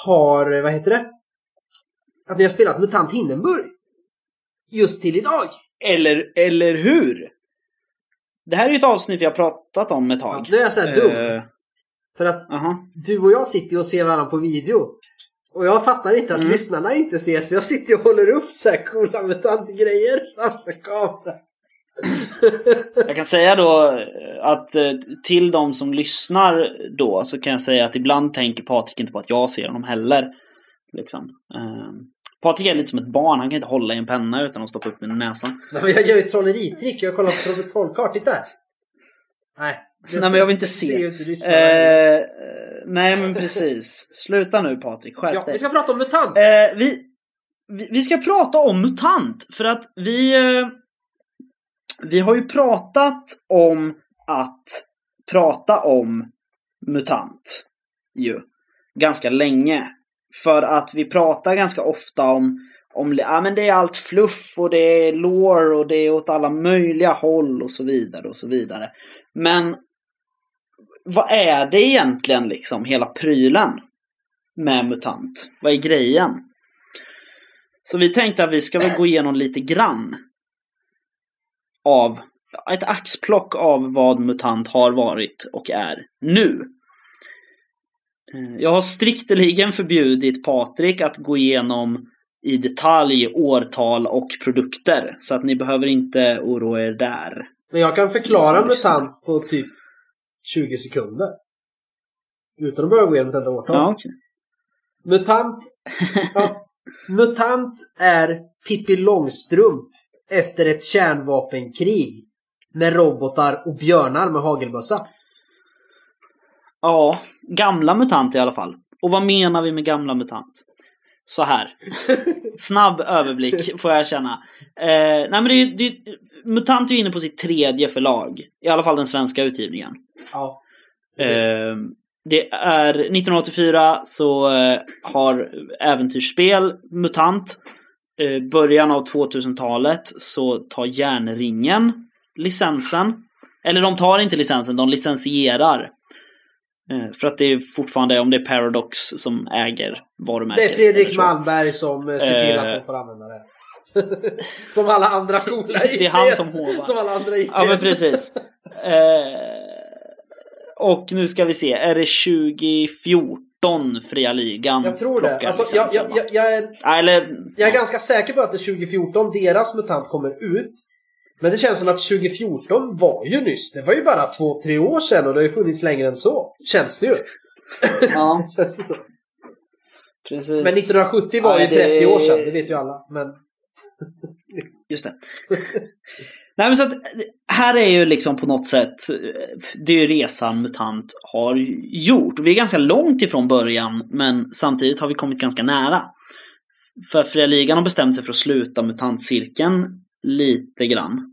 har, vad heter det? Att ni har spelat MUTANT Hindenburg. Just till idag. Eller hur? Det här är ju ett avsnitt vi har pratat om ett tag. Ja, nu är jag så här dum. För att du och jag sitter och ser varandra på video. Och jag fattar inte att lyssnarna inte ser. Så jag sitter och håller upp så här coola MUTANT-grejer framför kameran. Jag kan säga då att till de som lyssnar då så kan jag säga att ibland tänker Patrik inte på att jag ser honom heller. Liksom. Patrik är lite som ett barn. Han kan inte hålla i en penna utan att stoppa upp den i näsan. Nej, men jag gör ju trolleritrick. Jag har kollat på trollkart. Titta här. Nej, men jag vill inte se. Nej, men precis. Sluta nu, Patrik. Skärp dig. Vi ska prata om MUTANT. Vi ska prata om MUTANT. För att vi har ju pratat om att prata om MUTANT ju ganska länge. För att vi pratar ganska ofta om men det är allt fluff och det är lore och det är åt alla möjliga håll och så vidare och så vidare. Men vad är det egentligen liksom hela prylen med MUTANT? Vad är grejen? Så vi tänkte att vi ska väl gå igenom lite grann av ett axplock av vad MUTANT har varit och är nu. Jag har strikteligen förbjudit Patrik att gå igenom i detalj årtal och produkter. Så att ni behöver inte oroa er där. Men jag kan förklara MUTANT på typ 20 sekunder. Utan att börja gå igenom detta årtal. Ja, okay. MUTANT är Pippi Långstrump efter ett kärnvapenkrig med robotar och björnar med hagelbössa. Ja, gamla MUTANT i alla fall. Och vad menar vi med gamla MUTANT? Så här. Snabb överblick får jag känna. Nej, men MUTANT är inne på sitt 3:e förlag. I alla fall den svenska utgivningen. Ja. Det är 1984 så har äventyrsspel MUTANT. Början av 2000-talet så tar Järnringen licensen. Eller de tar inte licensen, de licensierar. För att det är fortfarande, om det är Paradox som äger varumärket. Det är Fredrik Malmberg som ser till att de får använda det. Som alla andra coola IP. Det är han som hovar. Som alla andra IP. Ja, men precis. Och nu ska vi se, är det 2014 Fria Ligan? Jag tror det. Alltså, jag är ganska säker på att det är 2014 deras MUTANT kommer ut. Men det känns som att 2014 var ju nyss. Det var ju bara 2-3 år sedan och det har ju funnits längre än så. Känns det ju. Ja. Känns det så. Precis. Men 1970 var ju 30 år sedan, det vet ju alla. Men... Just det. Nej, men så att här är ju liksom på något sätt det är ju resan MUTANT har gjort. Vi är ganska långt ifrån början, men samtidigt har vi kommit ganska nära. För Fria Ligan har bestämt sig för att sluta MUTANT-cirkeln lite grann.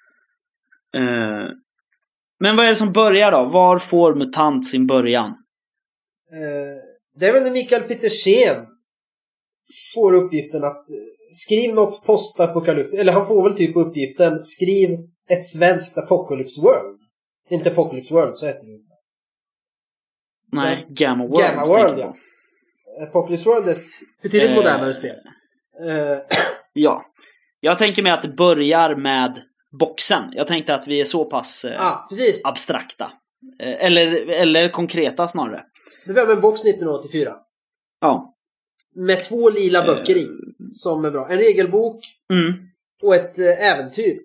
Men vad är det som börjar då? Var får MUTANT sin början? Det är väl när Mikael Petersen får uppgiften att skriv något postapokalyptiskt. Eller han får väl typ uppgiften skriv ett svenskt Apocalypse World. Inte Apocalypse World, så heter det inte. Nej, Gamma World. Gamma World, ja. Apocalypse World är ett betydligt modernare spel. Ja. Jag tänker mig att det börjar med boxen. Jag tänkte att vi är så pass abstrakta. Eller konkreta snarare. Det var med en box 1984. Ja. Med 2 lila böcker i. Som är bra. En regelbok. Och ett äventyr.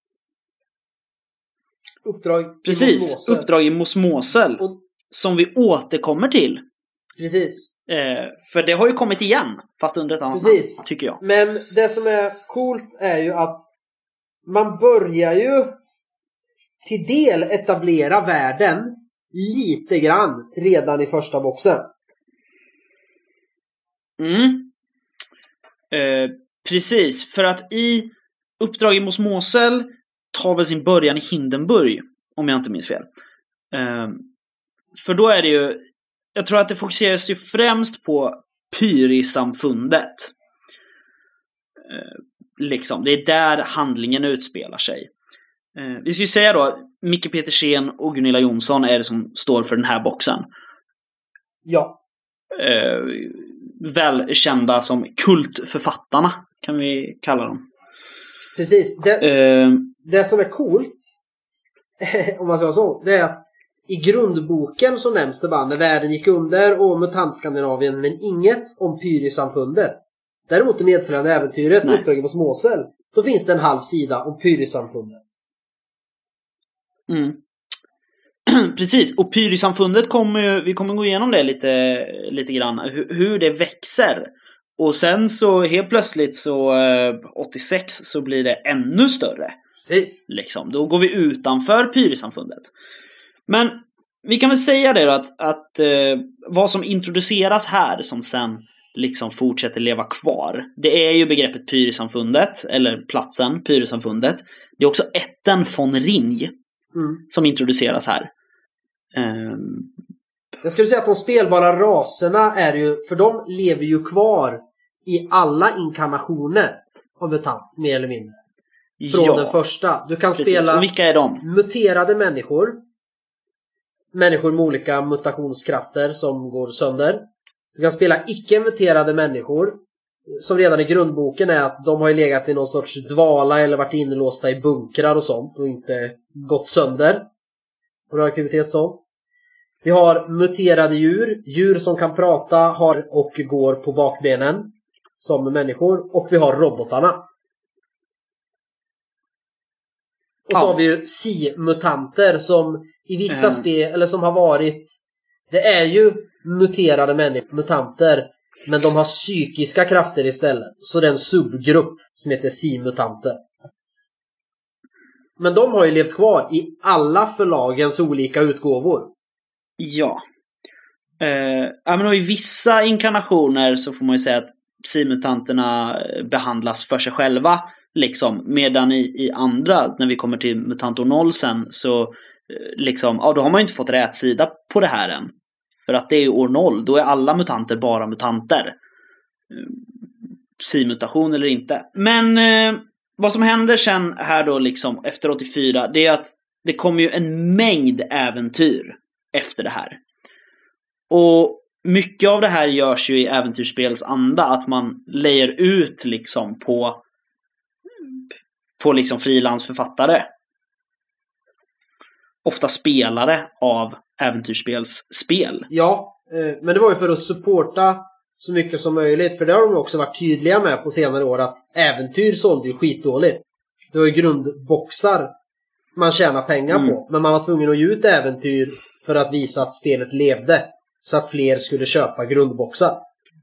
Uppdrag i Mos Mosel. Som vi återkommer till. Precis. För det har ju kommit igen. Fast under ett annat namn, tycker jag. Men det som är coolt är ju att man börjar ju till del etablera världen lite grann redan i första boxen. Precis, för att i Uppdrag i Mos Mosel tar väl sin början i Hindenburg, om jag inte minns fel. För då är det ju, jag tror att det fokuseras ju främst på Pyri-samfundet. Liksom, det är där handlingen utspelar sig. Vi ska ju säga då, Micke Petersen och Gunilla Jonsson är det som står för den här boxen. Ja. välkända som kultförfattarna, kan vi kalla dem. Precis. Det som är coolt, om man ska vara så, det är att i grundboken så nämns det bara när världen gick under och MUTANT-Skandinavien, men inget om Pyrisamfundet. Däremot det medföljande äventyret, Uppdraget på Småsäl, då finns det en halv sida om Pyrisamfundet. Precis, och Pyrisamfundet vi kommer gå igenom det lite grann, hur det växer. Och sen så helt plötsligt så 86 så blir det ännu större. Precis. Liksom. Då går vi utanför Pyrisamfundet. Men vi kan väl säga det då att vad som introduceras här som sen liksom fortsätter leva kvar, det är ju begreppet Pyrisamfundet, eller platsen Pyrisamfundet. Det är också ätten von Ring som introduceras här. Jag skulle säga att de spelbara raserna är ju, för de lever ju kvar i alla inkarnationer av MUTANT, mer eller mindre. Från den första. Du kan spela. Och vilka är de? Muterade människor. Människor med olika mutationskrafter som går sönder. Du kan spela icke-muterade människor, som redan i grundboken är att de har ju legat i någon sorts dvala eller varit inlåsta i bunkrar och sånt och inte gått sönder. Och aktivitet sånt. Vi har muterade djur som kan prata, har och går på bakbenen som människor, och vi har robotarna. Och så har vi ju C-mutanter som i vissa spel, eller som har varit, det är ju muterade mutanter, men de har psykiska krafter istället. Så det är en subgrupp som heter C-mutanter. Men de har ju levt kvar i alla förlagens olika utgåvor. Ja. Men i vissa inkarnationer så får man ju säga att C-mutanterna behandlas för sig själva. Liksom, medan i andra, när vi kommer till MUTANT år 0 sen, så liksom, då har man ju inte fått rätt sida på det här än. För att det är ju år 0, då är alla mutanter bara mutanter. C-mutation eller inte. Men vad som händer sen här då liksom efter 84, det är att det kommer ju en mängd äventyr efter det här. Och mycket av det här görs ju i äventyrsspels anda, att man lejer ut liksom på liksom frilansförfattare. Ofta spelare av äventyrsspelsspel. Ja, men det var ju för att supporta så mycket som möjligt. För det har de också varit tydliga med på senare år, att äventyr sålde ju skitdåligt. Det var ju grundboxar man tjänar pengar på. Men man var tvungen att ge ut äventyr för att visa att spelet levde. Så att fler skulle köpa grundboxar.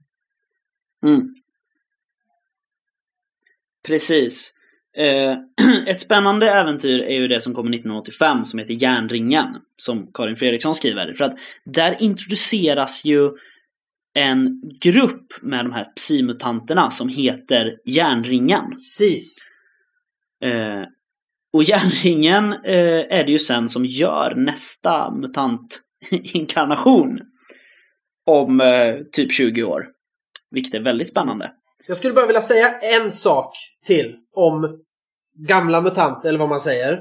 Precis. Ett spännande äventyr är ju det som kommer 1985 som heter Järnringen, som Karin Fredriksson skriver. För att där introduceras ju en grupp med de här psimutanterna som heter Järnringen. Precis. Och Järnringen är det ju sen som gör nästa mutantinkarnation om typ 20 år. Vilket är väldigt spännande. Jag skulle bara vilja säga en sak till om gamla mutant, eller vad man säger.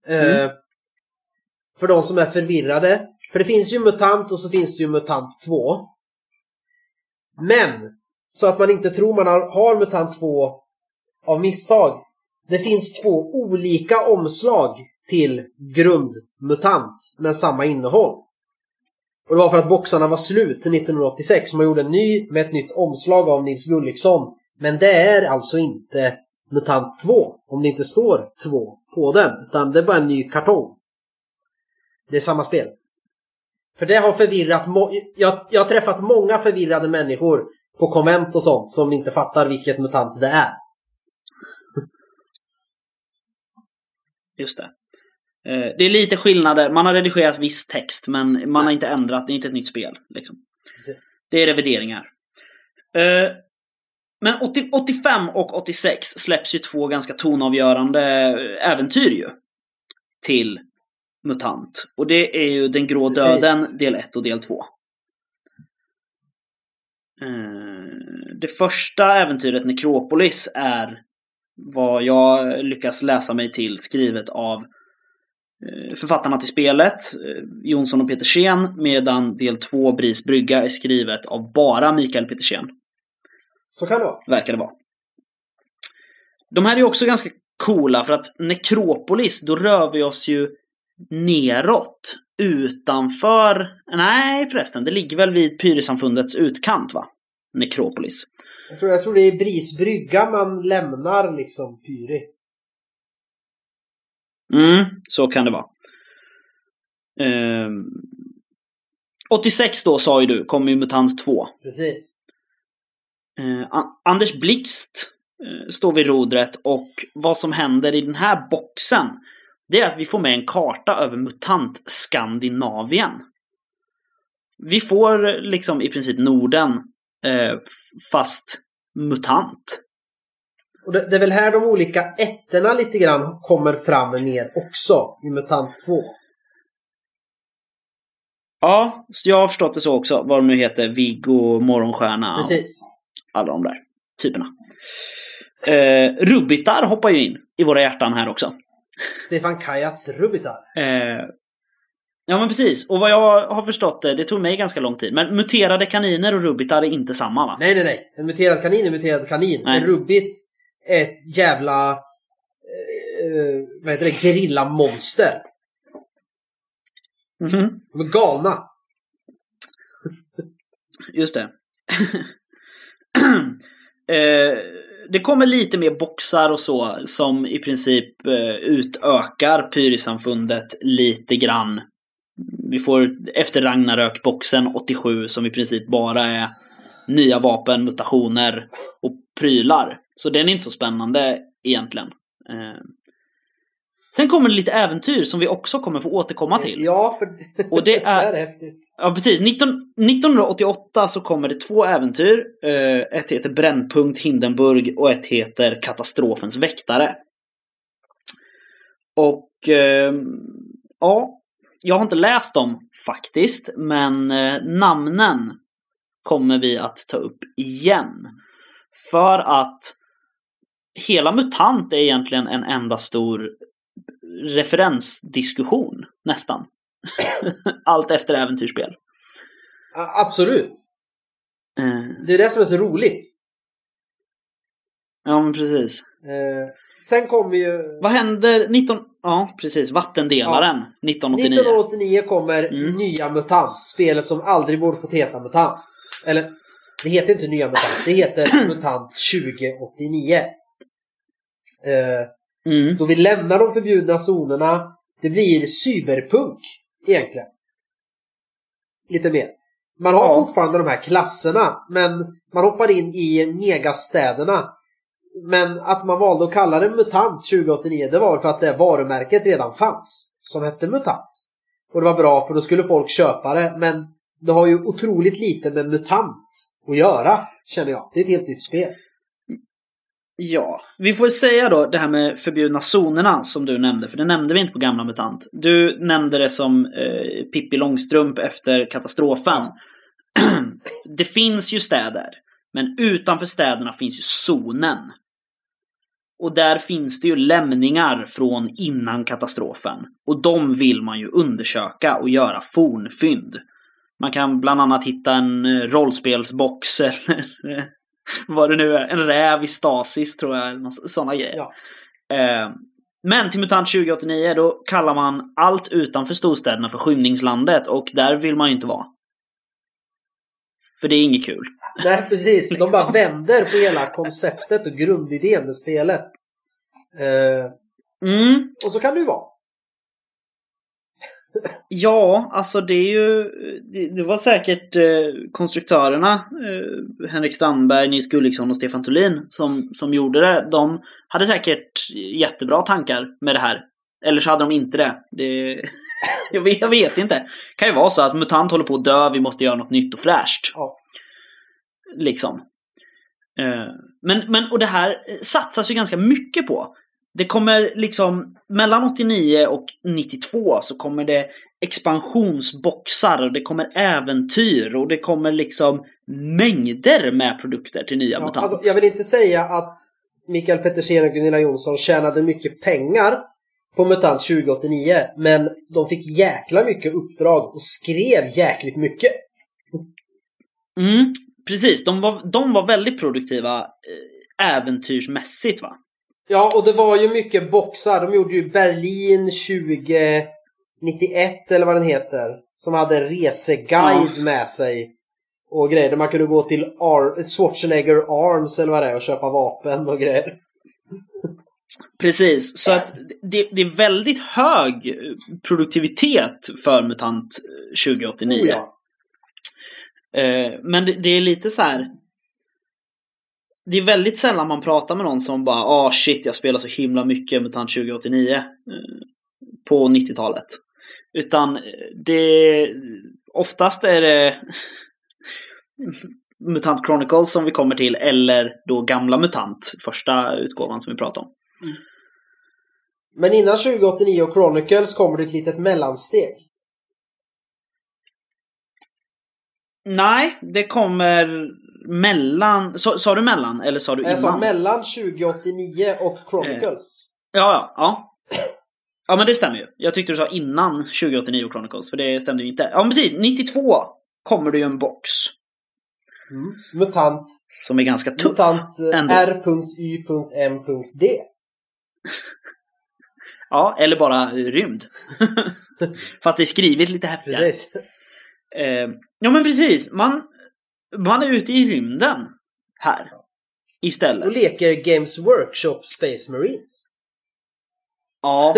För de som är förvirrade. För det finns ju MUTANT och så finns det ju MUTANT 2. Men, så att man inte tror man har MUTANT 2 av misstag. Det finns 2 olika omslag till grundmutant med samma innehåll. Och det var för att boxarna var slut till 1986 som man gjorde en ny med ett nytt omslag av Nils Gulliksson. Men det är alltså inte MUTANT 2 om det inte står 2 på den, utan det är bara en ny kartong. Det är samma spel. För det har förvirrat jag har träffat många förvirrade människor på komment och sånt som inte fattar vilket MUTANT det är. Just det. Det är lite skillnader. Man har redigerat viss text, men man har inte ändrat. Det är inte ett nytt spel. Liksom. Det är revideringar. Men 85 och 86 släpps ju 2 ganska tonavgörande äventyr ju till MUTANT. Och det är ju Den grå döden, del 1 och del 2. Det första äventyret, Necropolis, är vad jag lyckas läsa mig till skrivet av författarna till spelet, Jonsson och Petersen, medan del 2, Bris brygga, är skrivet av bara Mikael Petersen. Så kan det vara. Verkar det vara. De här är ju också ganska coola för att Necropolis, då rör vi oss ju neråt utanför... Nej förresten, det ligger väl vid Pyrisamfundets utkant va? Necropolis. Jag tror det är Brisbrygga man lämnar liksom Pyri. Så kan det vara. 86 då sa ju du, kommer ju MUTANT 2. Precis. Anders Blixt står vid rodret och vad som händer i den här boxen, det är att vi får med en karta över MUTANT Skandinavien. Vi får liksom i princip Norden fast MUTANT. Och det är väl här de olika ettorna lite grann kommer fram mer också i MUTANT 2. Ja, så jag har förstått det så också. Vad de nu heter, Viggo, Morgonstjärna. Precis. Alla de där typerna. Rubitar hoppar ju in i våra hjärtan här också. Stefan Kajats Rubitar. Ja men precis. Och vad jag har förstått det tog mig ganska lång tid. Men muterade kaniner och rubitar är inte samma va? Nej. En muterad kanin är en muterad kanin. Nej. En rubbit är ett jävla vad heter det? Gerillamonster. De är galna. Just det. Det kommer lite mer boxar och så som i princip utökar Pyrisamfundet lite grann. Vi får efter Ragnarök-boxen 87 som i princip bara är nya vapen, mutationer och prylar. Så den är inte så spännande egentligen. Sen kommer det lite äventyr som vi också kommer få återkomma till. Ja, för och det är häftigt. Ja, precis. 1988 så kommer det 2 äventyr. Ett heter Brännpunkt Hindenburg och ett heter Katastrofens väktare. Och ja, jag har inte läst dem faktiskt, men namnen kommer vi att ta upp igen. För att hela MUTANT är egentligen en enda stor referensdiskussion nästan. Allt efter äventyrsspel. Absolut. Det är det som är så roligt. Ja men precis. Sen kommer ju... Vad händer 19... Ja precis, Vattendelaren 1989. 1989 kommer Nya MUTANT. Spelet som aldrig borde fått heta MUTANT. Eller, det heter inte Nya MUTANT. Det heter MUTANT 2089. Då vi lämnar de förbjudna zonerna. Det blir cyberpunk egentligen. Lite mer. Man har fortfarande de här klasserna, men man hoppar in i megastäderna. Men att man valde att kalla det MUTANT 2089, det var för att det varumärket redan fanns som hette MUTANT. Och det var bra för då skulle folk köpa det, men det har ju otroligt lite med MUTANT att göra, känner jag. Det är ett helt nytt spel. Ja, vi får säga då det här med förbjudna zonerna som du nämnde, för det nämnde vi inte på gamla MUTANT. Du nämnde det som Pippi Långstrump efter katastrofen. Det finns ju städer, men utanför städerna finns ju zonen. Och där finns det ju lämningar från innan katastrofen. Och de vill man ju undersöka och göra fornfynd. Man kan bland annat hitta en rollspelsbox eller vad det nu är. En räv i stasis tror jag. Sådana grejer. Ja. Men till MUTANT 2089 då kallar man allt utanför storstäderna för skymningslandet. Och där vill man ju inte vara. För det är inget kul. Nej, precis. De bara vänder på hela konceptet och grundidén med spelet. Och så kan det ju vara. Ja, alltså det är ju... Det var säkert konstruktörerna Henrik Strandberg, Nils Gulliksson och Stefan Thulin som gjorde det. De hade säkert jättebra tankar med det här. Eller så hade de inte det. Jag vet inte. Det kan ju vara så att MUTANT håller på att dö. Vi måste göra något nytt och fräscht. Ja. Liksom. Men och det här satsas ju ganska mycket på. Det kommer liksom mellan 89 och 92 så kommer det expansionsboxar och det kommer äventyr och det kommer liksom mängder med produkter till nya MUTANT. Alltså, jag vill inte säga att Mikael Petersen och Gunilla Jonsson tjänade mycket pengar på MUTANT 2089, men de fick jäkla mycket uppdrag och skrev jäkligt mycket. Precis, de var väldigt produktiva äventyrsmässigt, va? Ja, och det var ju mycket boxar. De gjorde ju Berlin 2091 eller vad den heter, som hade en reseguide med sig och grejer där man kunde gå till Schwarzenegger Arms eller vad det är och köpa vapen och grejer. Precis, så att det är väldigt hög produktivitet för MUTANT 2089. Oh ja. Men det är lite så här. Det är väldigt sällan man pratar med någon som bara shit, jag spelar så himla mycket MUTANT 2089 på 90-talet. Utan oftast är det MUTANT Chronicles som vi kommer till, eller då gamla MUTANT, första utgåvan som vi pratar om. Men innan 2089 och Chronicles kommer det ett litet mellansteg. Nej, det kommer mellan... Sa du mellan eller sa du innan? Jag sa mellan 2089 och Chronicles. Ja, men det stämmer ju. Jag tyckte du sa innan 2089 och Chronicles, för det stämde ju inte. Ja, men precis. 92 kommer det ju en box. MUTANT. Som är ganska tuff. MUTANT R.Y.M.D. Ja, eller bara rymd. Fast det är skrivit lite häftigare. Precis. Ja, men precis. Man är ute i rymden här istället. Och leker Games Workshop Space Marines. Ja.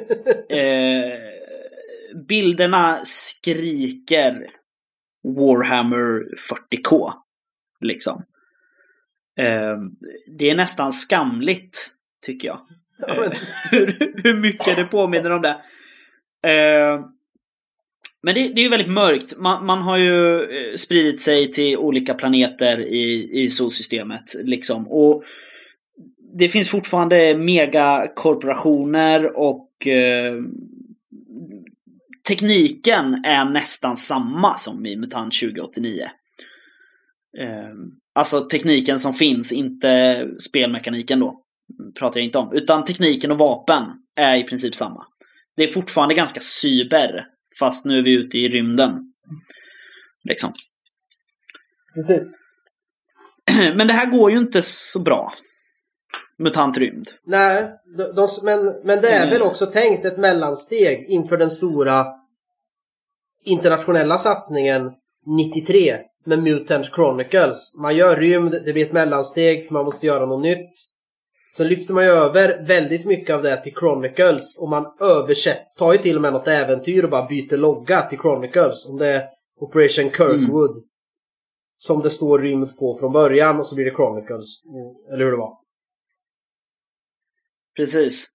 Bilderna skriker Warhammer 40K. Liksom. Det är nästan skamligt, tycker jag. Hur mycket det påminner om det. Men det är ju väldigt mörkt. Man har ju spridit sig till olika planeter i solsystemet liksom. Och det finns fortfarande megakorporationer och tekniken är nästan samma som i MUTANT 2089. Alltså tekniken som finns, inte spelmekaniken då. Pratar jag inte om. Utan tekniken och vapen är i princip samma. Det är fortfarande ganska cyber. Fast nu är vi ute i rymden. Liksom. Precis. Men det här går ju inte så bra. MUTANT rymd. Nej, men det är väl också tänkt ett mellansteg inför den stora internationella satsningen 93 med Mutant Chronicles. Man gör rymd, det blir ett mellansteg för man måste göra något nytt. Sen lyfter man ju över väldigt mycket av det till Chronicles. Och man tar ju till och med något äventyr och bara byter logga till Chronicles. Om det är Operation Kirkwood. Som det står rymd på från början och så blir det Chronicles. Eller hur det var. Precis.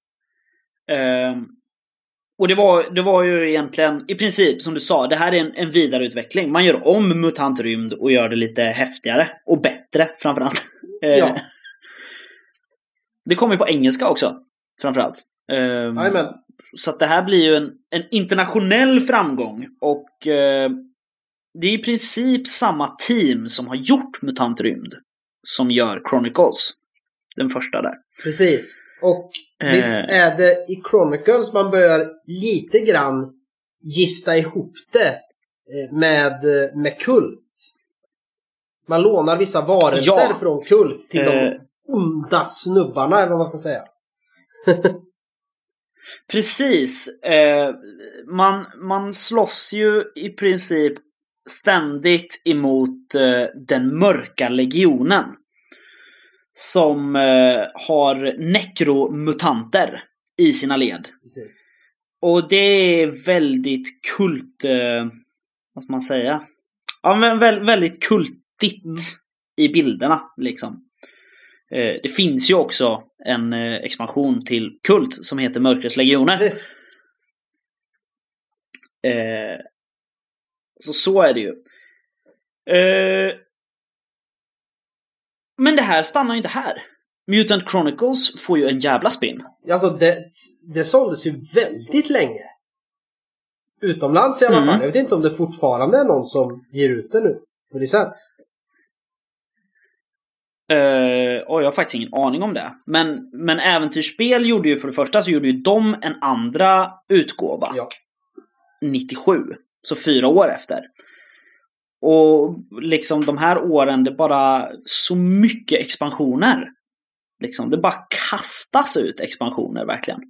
Och det var ju egentligen i princip som du sa, det här är en vidareutveckling. Man gör om MUTANT rymd och gör det lite häftigare och bättre framförallt. Ja. Det kommer på engelska också, framförallt. Så att det här blir ju en internationell framgång. Och det är i princip samma team som har gjort MUTANT rymd som gör Chronicles. Den första där. Precis. Och visst är det i Chronicles man börjar lite grann gifta ihop det med kult. Man lånar vissa varelser från kult till de onda snubbarna, eller vad man ska säga. Precis. Man slåss ju i princip ständigt emot den mörka legionen. Som har nekromutanter i sina led. Precis. Och det är väldigt kult... vad ska man säga? Ja, men väldigt kultigt i bilderna, liksom. Det finns ju också en expansion till kult som heter Mörkrets legioner. Så är det ju. Men det här stannar ju inte här. Mutant Chronicles får ju en jävla spin. Alltså det såldes ju väldigt länge. Utomlands i alla fall. Jag vet inte om det fortfarande är någon som ger ut det nu på licens. Jag har faktiskt ingen aning om det. Men Äventyrsspel gjorde ju, för det första så gjorde ju de en andra utgåva. Ja. 97. Så 4 år efter. Och liksom de här åren, det är bara så mycket expansioner. Liksom, det bara kastas ut expansioner, verkligen.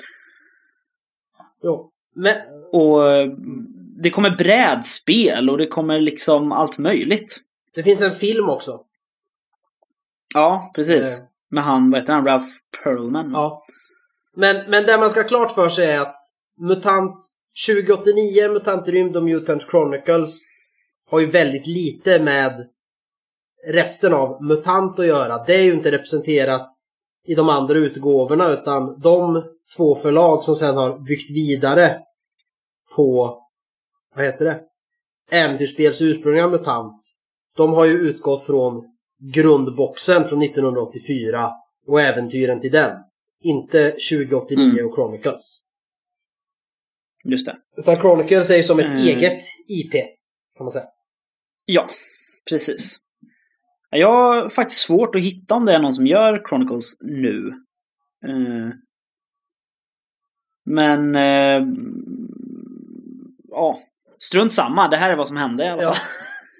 Jo. Och det kommer brädspel och det kommer liksom allt möjligt. Det finns en film också. Ja, precis. Med han, vad heter han? Ralph Perlman. Ja. Men det man ska ha klart för sig är att MUTANT 2089, MUTANT Rymd och Mutant Chronicles har ju väldigt lite med resten av MUTANT att göra. Det är ju inte representerat i de andra utgåvorna, utan de två förlag som sen har byggt vidare på, vad heter det? Äventyrsspels ursprungliga MUTANT. De har ju utgått från grundboxen från 1984 och äventyren till den. Inte 2089 och Chronicles. Just det. Utan Chronicles är ju som ett eget IP, kan man säga. Ja, precis. Jag har faktiskt svårt att hitta om det är någon som gör Chronicles nu. Men ja, strunt samma. Det här är vad som hände i alla fall.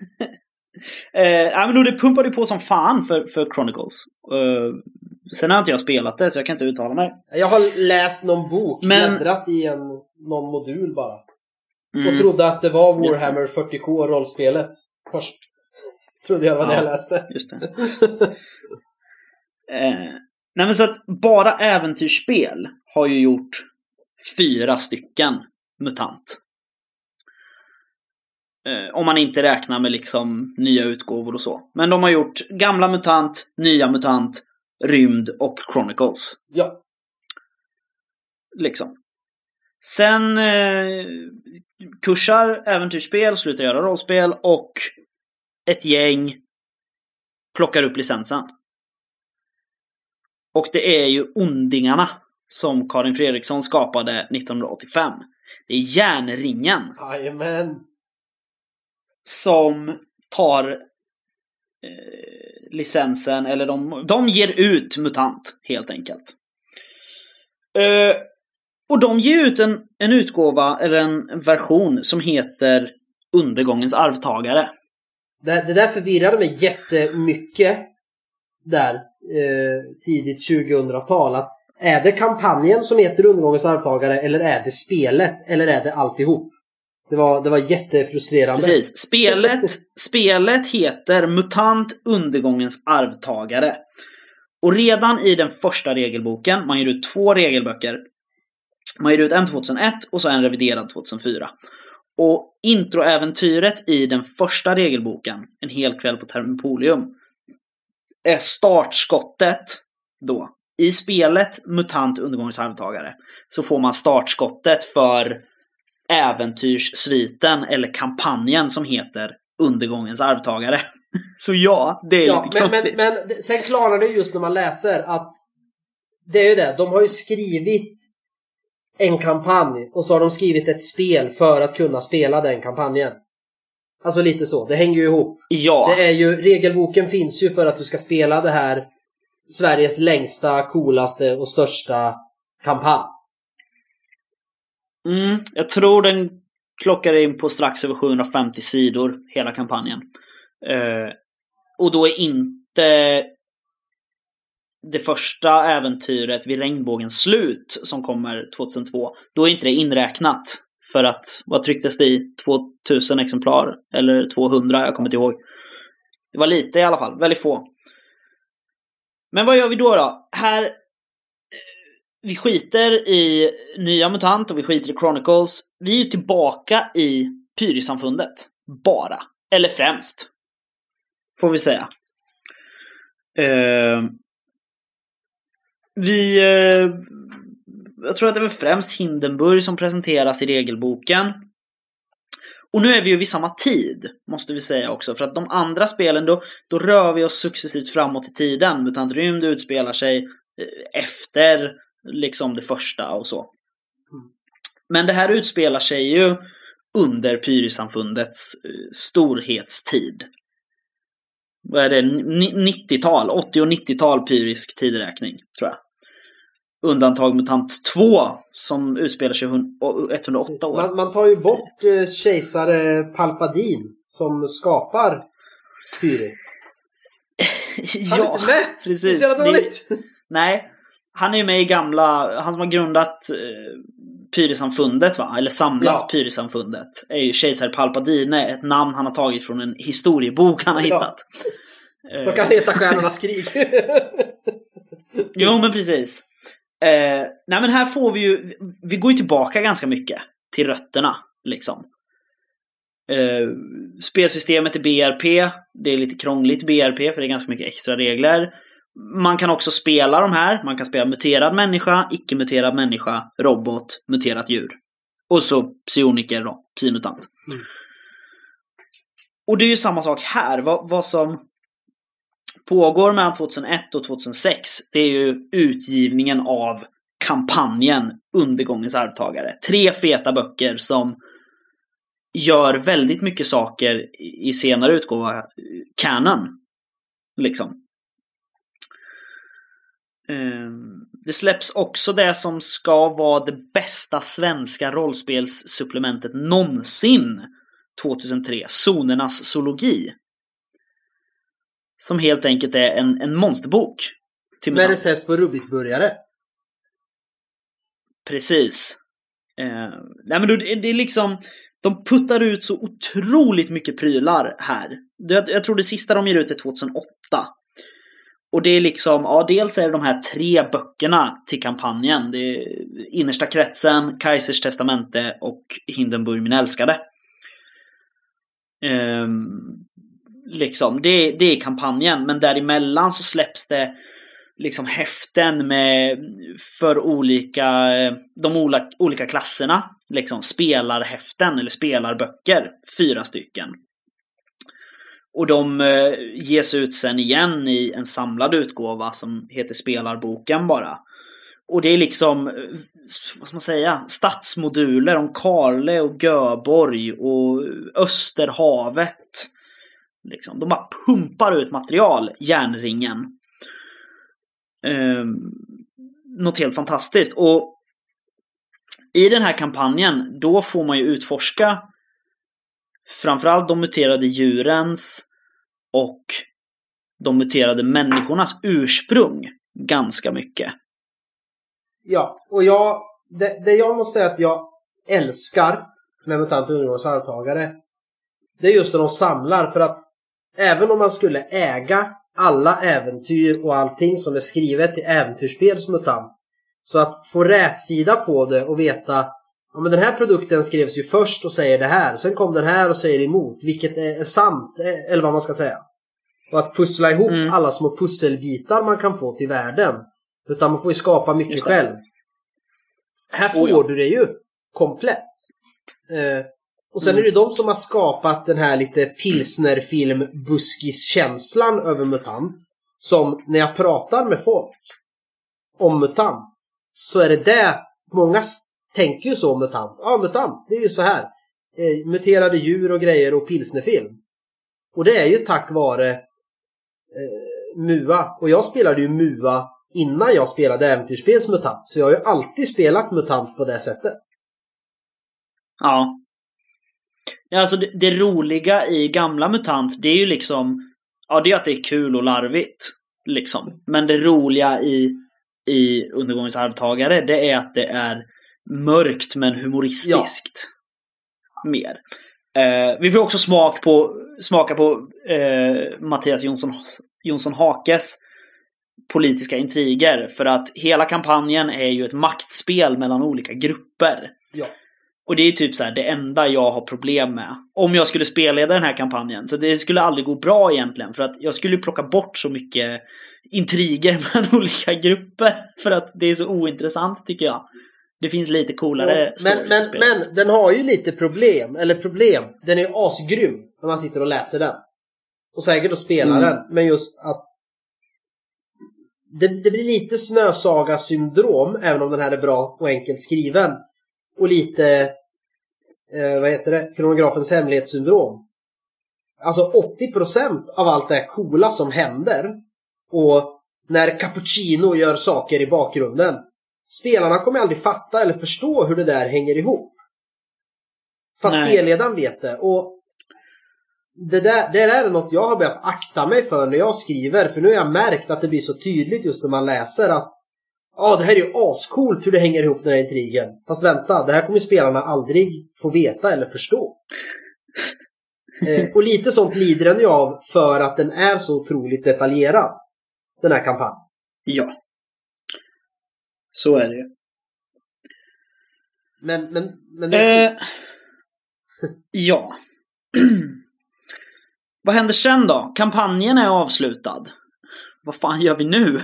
Ja. Men det pumpade på som fan för Chronicles. Sen har inte jag spelat det, så jag kan inte uttala mig. Jag har läst någon bok, bläddrat i någon modul bara. Och trodde att det var Warhammer 40K rollspelet först. Trodde jag var det jag läste. Just det. Nej, men så att bara äventyrsspel har ju gjort 4 stycken MUTANT. Om man inte räknar med liksom nya utgåvor och så. Men de har gjort gamla MUTANT, nya MUTANT, Rymd och Chronicles. Ja. Liksom. Sen kursar äventyrsspel, slutar göra rollspel och ett gäng plockar upp licensen. Och det är ju Ondingarna som Karin Fredriksson skapade 1985. Det är Järnringen. Jajamän. Som tar licensen, eller de ger ut MUTANT helt enkelt. Och de ger ut en utgåva eller en version som heter Undergångens arvtagare. Det där förvirrade mig jättemycket där tidigt 2000-tal. Att är det kampanjen som heter Undergångens arvtagare, eller är det spelet, eller är det alltihop? Det var jättefrustrerande. Precis. Spelet heter MUTANT Undergångens arvtagare. Och redan i den första regelboken, man ger ut 2 regelböcker. Man ger ut en 2001 och så en reviderad 2004. Och introäventyret i den första regelboken, En hel kväll på Termpolium, är startskottet då. I spelet MUTANT Undergångens arvtagare så får man startskottet för äventyrssviten eller kampanjen som heter Undergångens arvtagare. Så ja, det är lite krångligt. Men sen klarar det just när man läser att det är ju det, de har ju skrivit en kampanj och så har de skrivit ett spel för att kunna spela den kampanjen. Alltså lite så, det hänger ju ihop. Ja. Det är ju, regelboken finns ju för att du ska spela det här Sveriges längsta, coolaste och största kampanj. Jag tror den klockar in på strax över 750 sidor, hela kampanjen. Och då är inte det första äventyret vid regnbågens slut som kommer 2002, då är inte det inräknat. För att, vad trycktes det i? 2000 exemplar? Eller 200, jag kommer inte ihåg. Det var lite i alla fall, väldigt få. Men vad gör vi då? Här, vi skiter i nya MUTANT och vi skiter i Chronicles. Vi är ju tillbaka i Pyrisamfundet. Bara. Eller främst. Får vi säga. Jag tror att det är främst Hindenburg som presenteras i regelboken. Och nu är vi ju vid samma tid, måste vi säga också. För att de andra spelen, då rör vi oss successivt framåt i tiden. MUTANT Rymd utspelar sig efter liksom det första och så. Men det här utspelar sig ju under Pyrisamfundets storhetstid. Vad är det? 90-tal, 80- och 90-tal pyrisk tidräkning, tror jag. Undantag MUTANT 2 som utspelar sig 108 år. Man tar ju bort kejsare Palpatine som skapar Pyri. Han är inte med. Precis. Det är så dåligt. Nej, han är ju med i gamla, han som har grundat Pyrisamfundet, va? Eller samlat Pyrisamfundet, är ju kejsar Palpatine, ett namn han har tagit från en historiebok han har hittat. Så kan heta Stjärnornas krig. Jo, men precis. Nej, men här får vi går ju tillbaka ganska mycket till rötterna, liksom. Spelsystemet är BRP. Det är lite krångligt BRP för det är ganska mycket extra regler. Man kan också spela de här. Man kan spela muterad människa, icke-muterad människa, robot, muterat djur. Och så psioniker då, psimutant. Och det är ju samma sak här. Vad som pågår mellan 2001 och 2006, det är ju utgivningen av kampanjen Undergångens arvtagare. 3 feta böcker som gör väldigt mycket saker i senare utgåva canon, liksom. Det släpps också det som ska vara det bästa svenska rollspelssupplementet någonsin 2003, Zonernas zoologi, som helt enkelt är en monsterbok till med recept på rubbitburgare. Precis. Nej, men det är liksom, de puttar ut så otroligt mycket prylar här. Jag tror det sista de ger ut är 2008. Och det är liksom, dels är det de här 3 böckerna till kampanjen. Det är Innersta kretsen, Kaisers testamente och Hindenburg min älskade. Liksom, det är kampanjen. Men däremellan så släpps det liksom häften med för de olika klasserna, liksom spelarhäften eller spelarböcker, 4 stycken. Och de ges ut sen igen i en samlad utgåva som heter Spelarboken bara. Och det är liksom, vad ska man säga, stadsmoduler om Karle och Göborg och Österhavet. Liksom, de bara pumpar ut material, järnringen. Något helt fantastiskt. Och i den här kampanjen, då får man ju utforska framförallt de muterade djurens och de muterade människornas ursprung ganska mycket. Ja, och det jag måste säga att jag älskar med MUTANT Undergångens arvtagare, det är just när de samlar, för att även om man skulle äga alla äventyr och allting som är skrivet i äventyrsspels MUTANT, så att få rätsida på det och veta, ja, men den här produkten skrevs ju först och säger det här, sen kom den här och säger emot, vilket är sant, eller vad man ska säga. Och att pussla ihop alla små pusselbitar man kan få till världen. Utan man får ju skapa mycket själv. Här får du det ju komplett. Och sen är det de som har skapat den här lite pilsnerfilm-buskis-känslan över MUTANT. Som när jag pratar med folk om MUTANT, så är det många tänker ju så om MUTANT. Ja, MUTANT, det är ju så här. Muterade djur och grejer och pilsnerfilm. Och det är ju tack vare MUA. Och jag spelade ju MUA innan jag spelade äventyrsspels MUTANT. Så jag har ju alltid spelat MUTANT på det sättet. Ja. Alltså det roliga i gamla MUTANT, det är ju liksom, ja, det är att det är kul och larvigt liksom. Men det roliga i Undergångens arvtagare, det är att det är mörkt men humoristiskt. Mer. Vi får också smaka på Mattias Jonsson Hakes politiska intriger, för att hela kampanjen är ju ett maktspel mellan olika grupper. Ja. Och det är typ så här det enda jag har problem med om jag skulle spelleda den här kampanjen. Så det skulle aldrig gå bra egentligen, för att jag skulle plocka bort så mycket intriger mellan olika grupper, för att det är så ointressant, tycker jag. Det finns lite coolare stories. Men den har ju lite problem. Den är ju asgrym när man sitter och läser den. Och säkert att spela den. Men just att det blir lite Snösaga-syndrom, även om den här är bra och enkelt skriven. Och lite Kronografens hemlighetssyndrom. Alltså 80% av allt det coola som händer, och när Cappuccino gör saker i bakgrunden, spelarna kommer aldrig fatta eller förstå hur det där hänger ihop. Fast spelledaren vet det. Och det där är något jag har börjat akta mig för när jag skriver. För nu har jag märkt att det blir så tydligt just när man läser att det här är ju ascoolt hur det hänger ihop den här intrigen. Fast vänta, det här kommer spelarna aldrig få veta eller förstå. Och lite sånt lider den ju av för att den är så otroligt detaljerad, den här kampanjen. Ja. Så är det ju. Men det är ja. Vad händer sen då? Kampanjen är avslutad. Vad fan gör vi nu?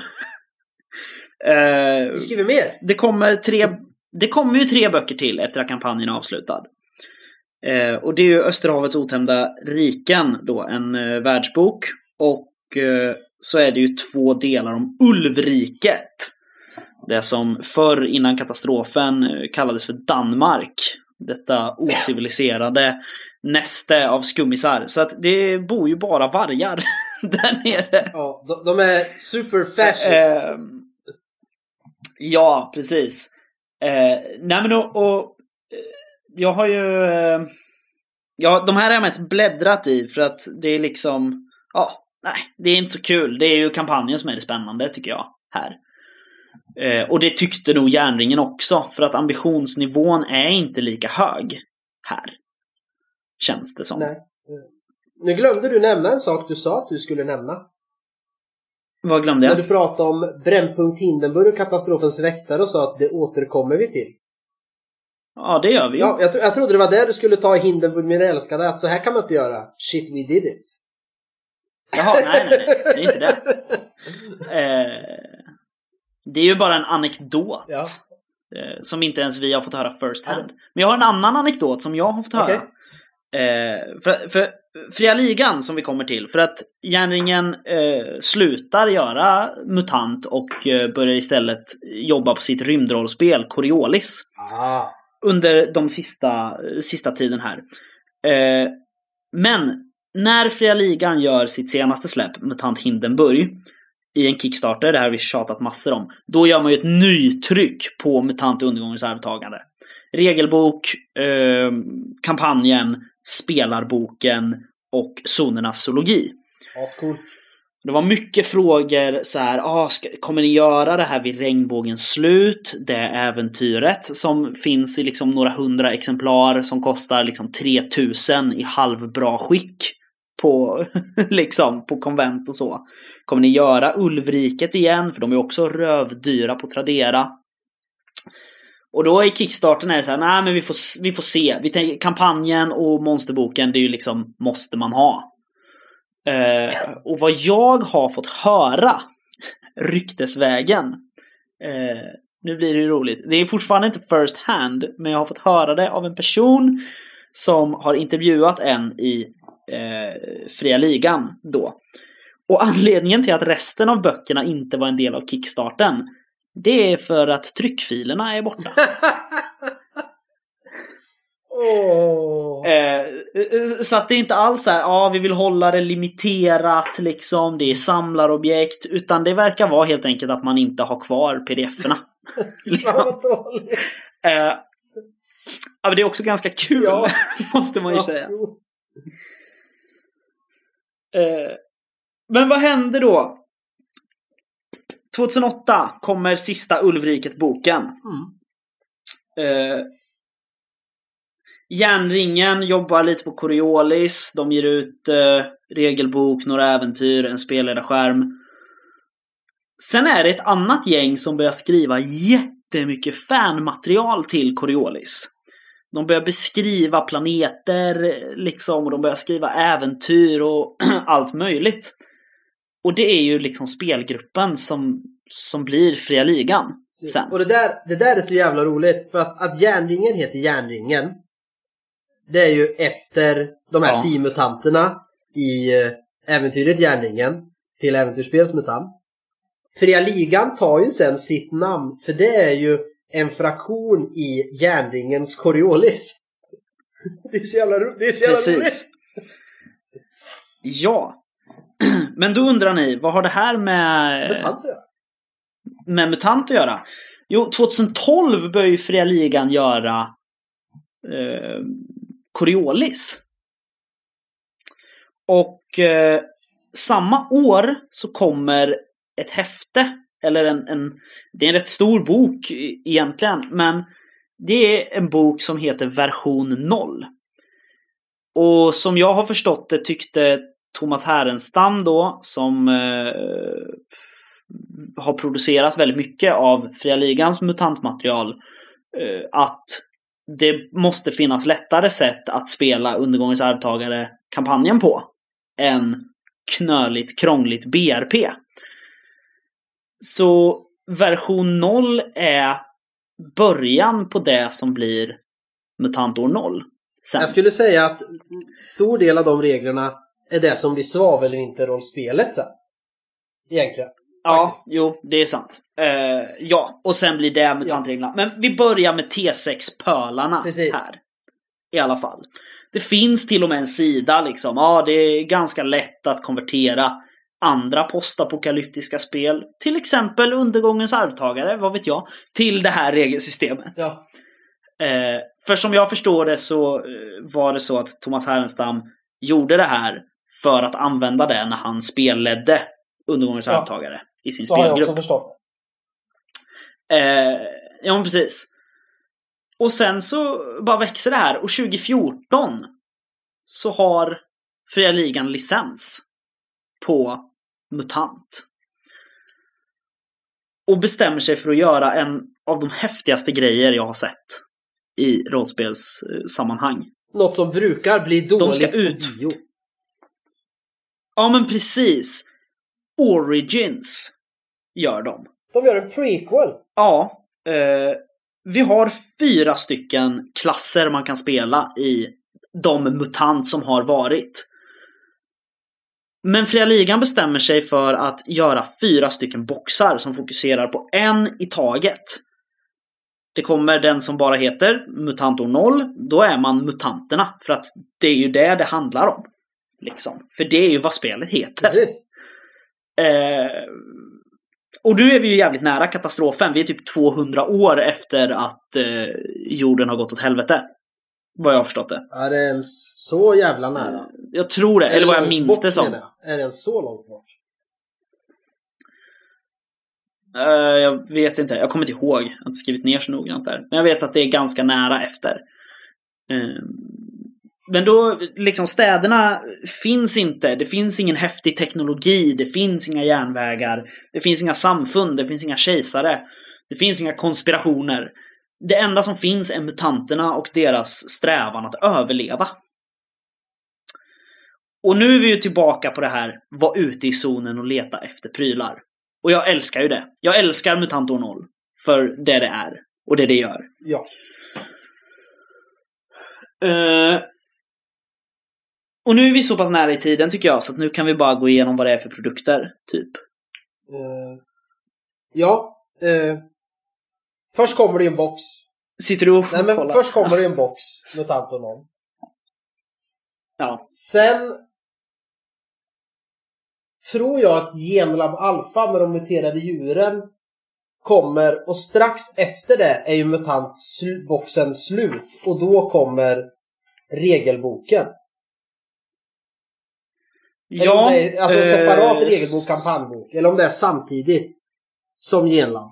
Vi skriver mer. Det kommer ju 3 böcker till efter att kampanjen är avslutad. Och det är ju Österhavets otämjda riken då, en världsbok. Och så är det ju 2 delar om Ulvriket. Det som förr innan katastrofen kallades för Danmark. Detta ociviliserade näste av skummisar. Så att det bor ju bara vargar där nere. Ja, de är super fascist. Ja, precis. Nej men och jag har ju de här har jag mest bläddrat i för att det är liksom det är inte så kul. Det är ju kampanjen som är det spännande tycker jag här. Och det tyckte nog Järnringen också, för att ambitionsnivån är inte lika hög här, känns det som. Nej. Nu glömde du nämna en sak du sa att du skulle nämna. Vad glömde jag? När du pratade om Brännpunkt Hindenburg och katastrofens väktare och sa att det återkommer vi till. Ja, det gör vi. Ja, jag trodde det var där du skulle ta Hindenburg min älskade, att så här kan man inte göra. Shit, we did it. Jaha, nej, det är inte det. Det är ju bara en anekdot. Ja. Som inte ens vi har fått höra first hand. Men jag har en annan anekdot som jag har fått höra. För Fria Ligan som vi kommer till. För att Järnringen slutar göra MUTANT och börjar istället jobba på sitt rymdrollspel Coriolis. Under de sista tiden här. Men när Fria Ligan gör sitt senaste släpp, MUTANT Hindenburg, i en Kickstarter, det här har vi tjatat massor om, då gör man ju ett nytryck på MUTANT undergångens arvtagande. Regelbok, kampanjen, spelarboken och zonernas zoologi. Ascoolt. Det var mycket frågor så här, kommer ni göra det här vid regnbågens slut? Det äventyret som finns i liksom några 100 exemplar som kostar liksom 3000 i halvbra skick på liksom på konvent och så. Kommer ni göra Ulvriket igen? För de är också rövdyra på Tradera. Och då i Kickstarten är det så här, nej men vi får se. Vi tänker, kampanjen och monsterboken, det är ju liksom, måste man ha. Och vad jag har fått höra ryktesvägen, nu blir det ju roligt. Det är fortfarande inte first hand, men jag har fått höra det av en person som har intervjuat en i Fria Ligan då. Och anledningen till att resten av böckerna inte var en del av Kickstarten, det är för att tryckfilerna är borta. Så att det är inte alls så här, vi vill hålla det limiterat liksom, det är samlarobjekt, utan det verkar vara helt enkelt att man inte har kvar pdf-erna. Liksom. Men det är också ganska kul, måste man ju säga. Men vad händer då? 2008 kommer sista Ulvriket-boken. Järnringen jobbar lite på Coriolis. De ger ut regelbok, några äventyr, en spelledarskärm. Sen är det ett annat gäng som börjar skriva jättemycket fanmaterial till Coriolis. De börjar beskriva planeter liksom, och de börjar skriva äventyr och allt möjligt. Och det är ju liksom spelgruppen som blir Fria Ligan sen. Och det där är så jävla roligt, för att Järnringen heter Järnringen, det är ju efter de här simutanterna i äventyret Järnringen till äventyrsspelsmutant. Fria Ligan tar ju sen sitt namn, för det är ju en fraktion i Järnringens Coriolis. Det är så jävla roligt. Ja. Men då undrar ni, vad har det här med MUTANT att göra? Jo, 2012 började ju Fria Ligan göra Coriolis. Och samma år så kommer ett häfte, eller det är en rätt stor bok egentligen, men det är en bok som heter Version 0. Och som jag har förstått det tyckte Thomas Härenstam då, som har producerat väldigt mycket av Fria Ligans mutantmaterial, att det måste finnas lättare sätt att spela Undergångens arvtagare-kampanjen på än knöligt, krångligt BRP. Så version 0 är början på det som blir Mutantår 0. Sen. Jag skulle säga att stor del av de reglerna är det som blir Svavelvinterrollspelet sen. Egentligen. Ja, faktiskt. Jo, det är sant. Ja, och sen blir det mutantreglerna. Men vi börjar med T6-pölarna här. I alla fall. Det finns till och med en sida liksom. Ja, det är ganska lätt att konvertera andra postapokalyptiska spel. Till exempel Undergångens arvtagare, vad vet jag. Till det här regelsystemet. Ja. För som jag förstår det så var det så att Thomas Härenstam gjorde det här för att använda det när han spelledde Undergångens arvtagare i sin så spelgrupp. har jag också förstått det. Ja, men precis. Och sen så bara växer det här. Och 2014 så har Fria Ligan licens på MUTANT. Och bestämmer sig för att göra en av de häftigaste grejer jag har sett i rollspelssammanhang. Något som brukar bli dåligt på bio. Ja, men precis. Origins gör de. De gör en prequel. Ja. Vi har 4 stycken klasser man kan spela i de MUTANT som har varit. Men Fria Ligan bestämmer sig för att göra 4 stycken boxar som fokuserar på en i taget. Det kommer den som bara heter Mutantår 0. Då är man mutanterna. För att det är ju det handlar om. Liksom. För det är ju vad spelet heter. Precis. Och nu är vi ju jävligt nära katastrofen. Vi är typ 200 år efter att jorden har gått åt helvete. Vad jag har förstått det. Är det ens så jävla nära? Jag tror det. Eller vad jag minns det som. Är det ens så långt bort? Jag vet inte. Jag kommer inte ihåg. Jag har inte skrivit ner så noggrant där. Men jag vet att det är ganska nära efter. Men då, liksom, städerna finns inte. Det finns ingen häftig teknologi. Det finns inga järnvägar. Det finns inga samfund. Det finns inga kejsare. Det finns inga konspirationer. Det enda som finns är mutanterna och deras strävan att överleva. Och nu är vi ju tillbaka på det här. Var ute i zonen och leta efter prylar. Och jag älskar ju det. Jag älskar Mutantår 0. För det är. Och det gör. Ja. Och nu är vi så pass nära i tiden tycker jag. Så att nu kan vi bara gå igenom vad det är för produkter. Typ. Först kommer det en box. Sitter du och Nej, men kollar? först kommer det en box Mutantår 0. Ja. Sen tror jag att Genlab Alpha med de muterade djuren kommer, och strax efter det är ju mutantboxen slut och då kommer regelboken. Ja, det är, alltså separat regelbok, kampanjbok, eller om det är samtidigt som Genlab.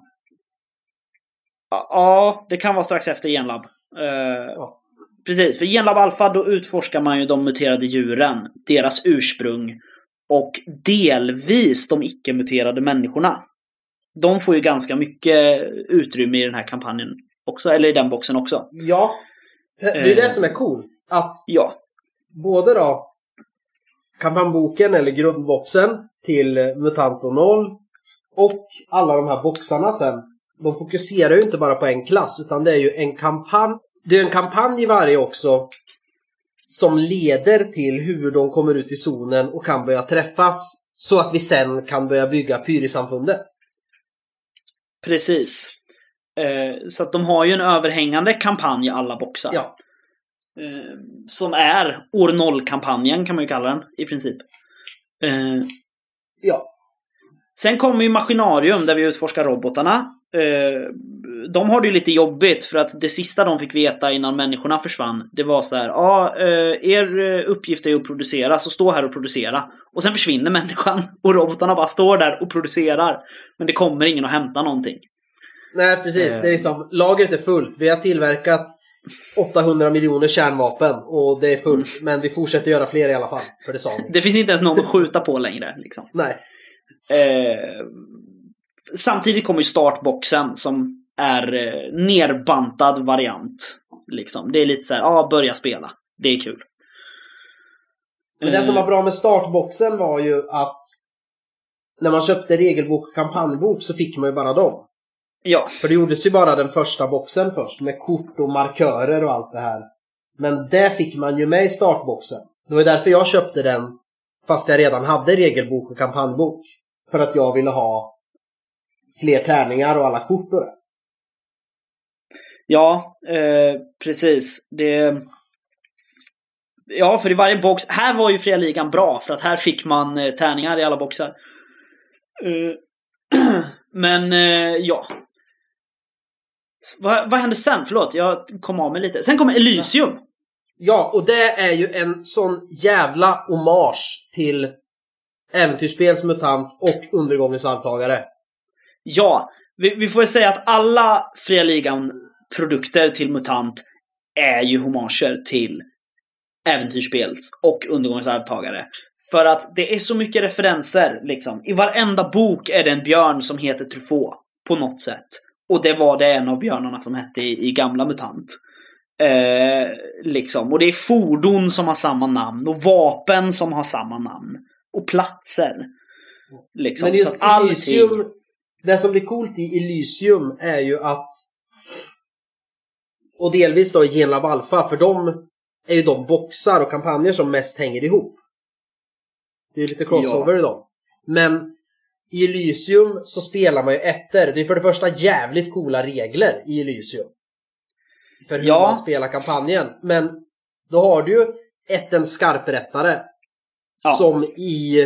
Ja, det kan vara strax efter Genlab. Precis, för Genlab Alpha då utforskar man ju de muterade djuren, deras ursprung och delvis de icke-muterade människorna. De får ju ganska mycket utrymme i den här kampanjen också, eller i den boxen också. Ja, det är det som är coolt. Att både då kampanjboken eller grundboxen till Mutantår 0 och alla de här boxarna sen, de fokuserar ju inte bara på en klass, utan det är ju en kampanj. Det är en kampanj i varje också som leder till hur de kommer ut i zonen och kan börja träffas så att vi sen kan börja bygga Pyrisamfundet. Precis. Så att de har ju en överhängande kampanj i alla boxar. Ja. Som är år 0-kampanjen kan man ju kalla den i princip. Ja. Sen kommer ju Maskinarium där vi utforskar robotarna. de har det ju lite jobbigt för att det sista de fick veta innan människorna försvann, det var så här: er uppgift är att producera, så stå här och producera. Och sen försvinner människan och robotarna bara står där och producerar, men det kommer ingen att hämta någonting. Nej, precis. Det är liksom, lagret är fullt. Vi har tillverkat 800 miljoner kärnvapen och det är fullt, men vi fortsätter göra fler i alla fall, för det sa vi. Det finns inte ens någon att skjuta på längre liksom. Nej. Samtidigt kommer ju startboxen som är nerbantad variant liksom. Det är lite så här, börja spela. Det är kul. Men det som var bra med startboxen var ju att när man köpte regelbok och kampanjbok så fick man ju bara dem. Ja. För det gjordes ju bara den första boxen först med kort och markörer och allt det här. Men det fick man ju med i startboxen. Det var därför jag köpte den fast jag redan hade regelbok och kampanjbok. För att jag ville ha fler tärningar och alla kort och det. Ja, precis. Ja, för i varje box... Här var ju Fria Ligan bra, för att här fick man tärningar i alla boxar. Men, ja. Vad hände sen? Förlåt, jag kom av mig lite. Sen kommer Elysium. Ja, och det är ju en sån jävla hommage till Äventyrsspels MUTANT och Undergångens arvtagare. Ja, vi får säga att alla Fria Ligan-produkter till MUTANT är ju hommager till Äventyrsspels och Undergångens arvtagare. För att det är så mycket referenser liksom. I varenda bok är det en björn som heter Truffaut på något sätt. Och det var det en av björnarna som hette i gamla MUTANT. Liksom. Och det är fordon som har samma namn. Och vapen som har samma namn. Och platser. Liksom. Men just så att Elysium, det som blir coolt i Elysium är ju att, och delvis då i Genlab Alpha, för de är ju de boxar och kampanjer som mest hänger ihop. Det är lite crossover i dem. Men i Elysium så spelar man ju ettor. Det är för det första jävligt coola regler i Elysium för hur man spelar kampanjen. Men då har du ju en skarprättare som i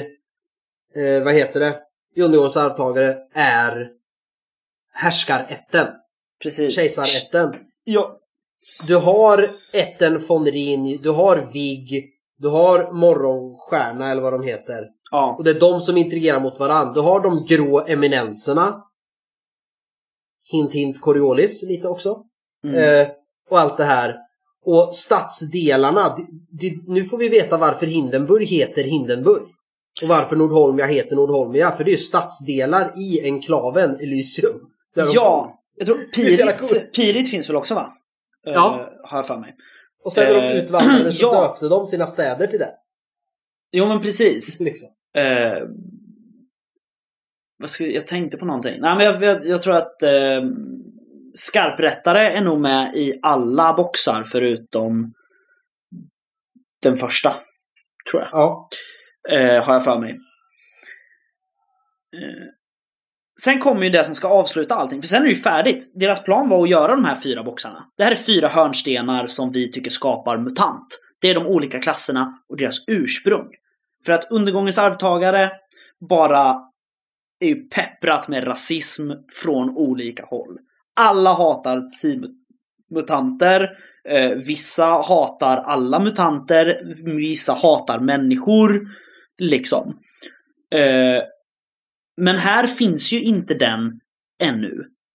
i Undergångens arvtagare är härskarätten. Precis. Kejsarätten. Ja. Du har etten von Rin, du har Vigg, du har Morgonstjärna eller vad de heter. Ja. Och det är de som intrigerar mot varandra. Du har de grå eminenserna. Hint, hint, Coriolis lite också. Och allt det här. Och stadsdelarna. Nu får vi veta varför Hindenburg heter Hindenburg. Och varför Nordholmia heter Nordholmia. För det är ju stadsdelar i enklaven Elysium. Ja, jag tror Pirit finns väl också, va? Ja. Har jag för mig. Och sen när de utvandrade så döpte de sina städer till det. Jo, men precis. Liksom. Jag tänkte på någonting. Nej, men jag tror att skarprättare är nog med i alla boxar förutom den första, tror jag. Ja. Har jag för mig. Sen kommer ju det som ska avsluta allting. För sen är det ju färdigt. Deras plan var att göra de här 4 boxarna. Det här är 4 hörnstenar som vi tycker skapar MUTANT. Det är de olika klasserna och deras ursprung. För att Undergångens arvtagare bara är ju pepprat med rasism från olika håll. Alla hatar mutanter. Vissa hatar alla mutanter. Vissa hatar människor. Liksom. Men här finns ju inte den ännu.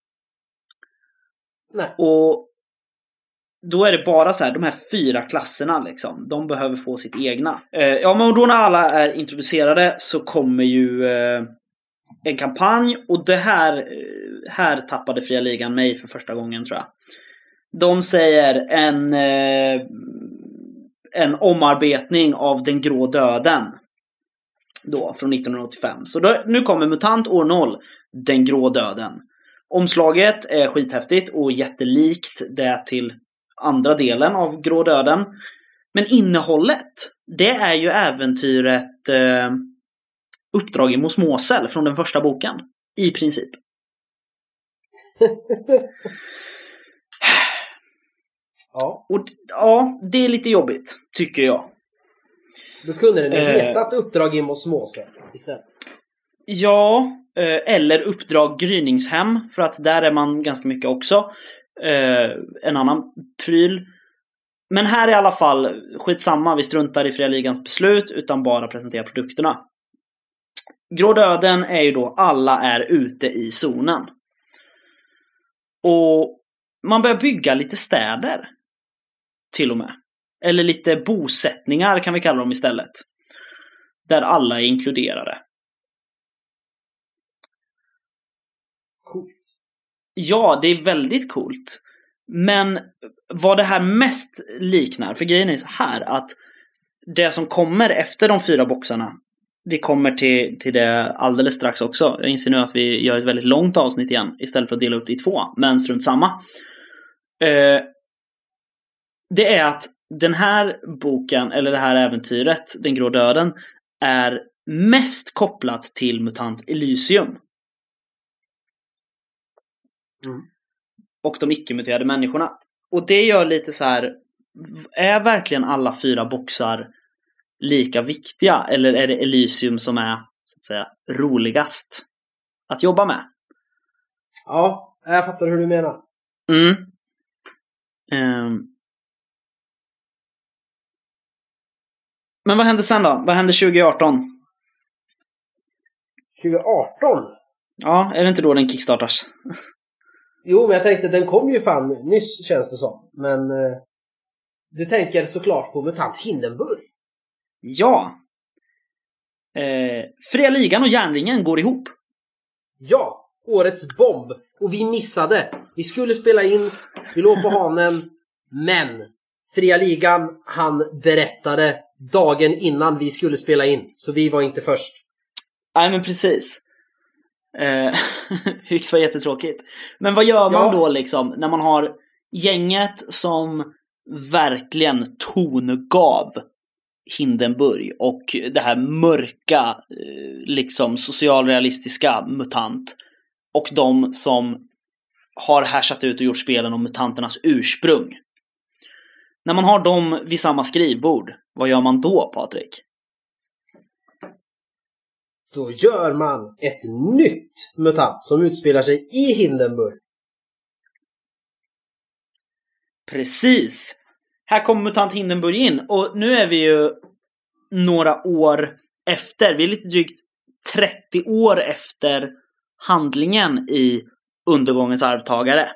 Nej. Och då är det bara så här, de här 4 klasserna liksom, de behöver få sitt egna. Men då när alla är introducerade så kommer ju en kampanj. Och det här tappade Fria Ligan mig för första gången, tror jag. De säger en omarbetning av Den grå döden. Då, från 1985. Så nu kommer MUTANT år 0, Den grå döden. Omslaget är skithäftigt och jättelikt det till andra delen av grå döden. Men innehållet, det är ju äventyret Uppdrag i Mos Mosel från den första boken. I princip. Ja. Och det är lite jobbigt, tycker jag. Då kunde den hetat Uppdrag i Mos Mosel istället. Ja, eller Uppdrag Gryningshem, för att där är man ganska mycket också. En annan pryl. Men här är i alla fall skitsamma, vi struntar i Fria Ligans beslut utan bara presenterar produkterna. Grå döden är ju då alla är ute i zonen. Och man börjar bygga lite städer till och med. Eller lite bosättningar kan vi kalla dem istället. Där alla är inkluderade. Coolt. Ja, det är väldigt coolt. Men vad det här mest liknar, för grejen är så här att det som kommer efter de 4 boxarna, vi kommer till det alldeles strax också. Jag inser nu att vi gör ett väldigt långt avsnitt igen istället för att dela upp det i 2, men strunt samma. Det är att den här boken, eller det här äventyret, Den grå döden, är mest kopplat till MUTANT Elysium. Och de icke-muterade människorna. Och det gör lite så här, är verkligen alla 4 boxar lika viktiga? Eller är det Elysium som är, så att säga, roligast att jobba med? Ja, jag fattar hur du menar. Men vad hände sen då? Vad hände 2018? 2018? Ja, är det inte då den kickstartas? Jo, men jag tänkte den kom ju fan nyss, känns det som. Men du tänker såklart på MUTANT Hindenburg. Ja. Fria Ligan och Järnringen går ihop. Ja, årets bomb. Och vi missade. Vi skulle spela in, vi låg på hanen. Men Fria Ligan, han berättade dagen innan vi skulle spela in. Så vi var inte först. Nej, men precis. Vilket var jättetråkigt. Men vad gör man då liksom när man har gänget som verkligen tongav Hindenburg och det här mörka liksom socialrealistiska MUTANT och de som har härsat ut och gjort spelen om mutanternas ursprung. När man har dem vid samma skrivbord, vad gör man då, Patrik? Då gör man ett nytt MUTANT som utspelar sig i Hindenburg. Precis. Här kommer MUTANT Hindenburg in. Och nu är vi ju några år efter. Vi är lite drygt 30 år efter handlingen i Undergångens arvtagare.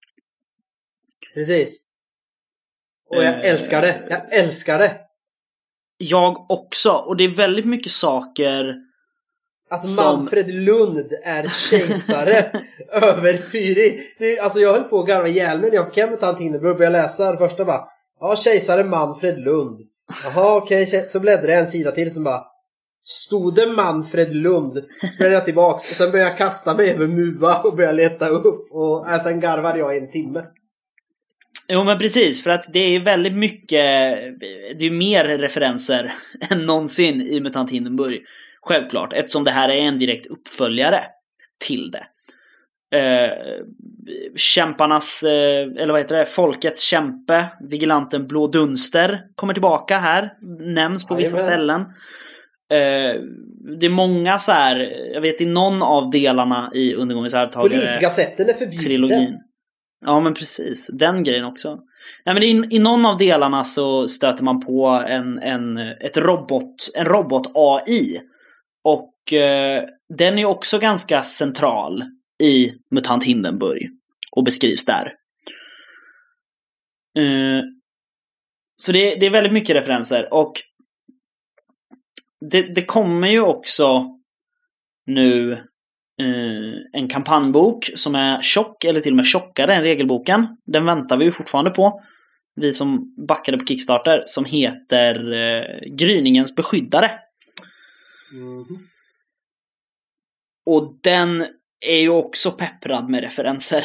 Precis. Och jag älskar det. Jag älskar det. Jag också. Och det är väldigt mycket saker... Att Manfred Lund är kejsare över Pyri. Alltså jag höll på att garva ihjäl mig när jag fick hem MUTANT Hindenburg och började läsa det första bara. Ja, kejsare Manfred Lund. Jaha, okej. Så bläddrade jag en sida till som bara. Stod det Manfred Lund? Började jag tillbaks. Och sen började jag kasta mig över Muva och började leta upp. Och sen garvade jag 1 timme. Jo, men precis, för att det är väldigt mycket, det är mer referenser än någonsin i MUTANT Hindenburg. Självklart, eftersom det här är en direkt uppföljare till det. Kämparnas, eller vad heter det, folkets kämpe, vigilanten Blå Dunster kommer tillbaka här, nämns på vissa ställen. Det är många så här, jag vet i någon av delarna i Undergångens arvtagare. Polisgazetten är förbjuden. Trilogin. Ja, men precis, den grejen också. Nej, men i någon av delarna så stöter man på en robot AI. Och den är också ganska central i MUTANT Hindenburg och beskrivs där. Så det är väldigt mycket referenser. Och det kommer ju också nu en kampanjbok som är tjock, eller till och med tjockare än regelboken. Den väntar vi ju fortfarande på. Vi som backade på Kickstarter, som heter Gryningens beskyddare. Och den är ju också pepprad med referenser.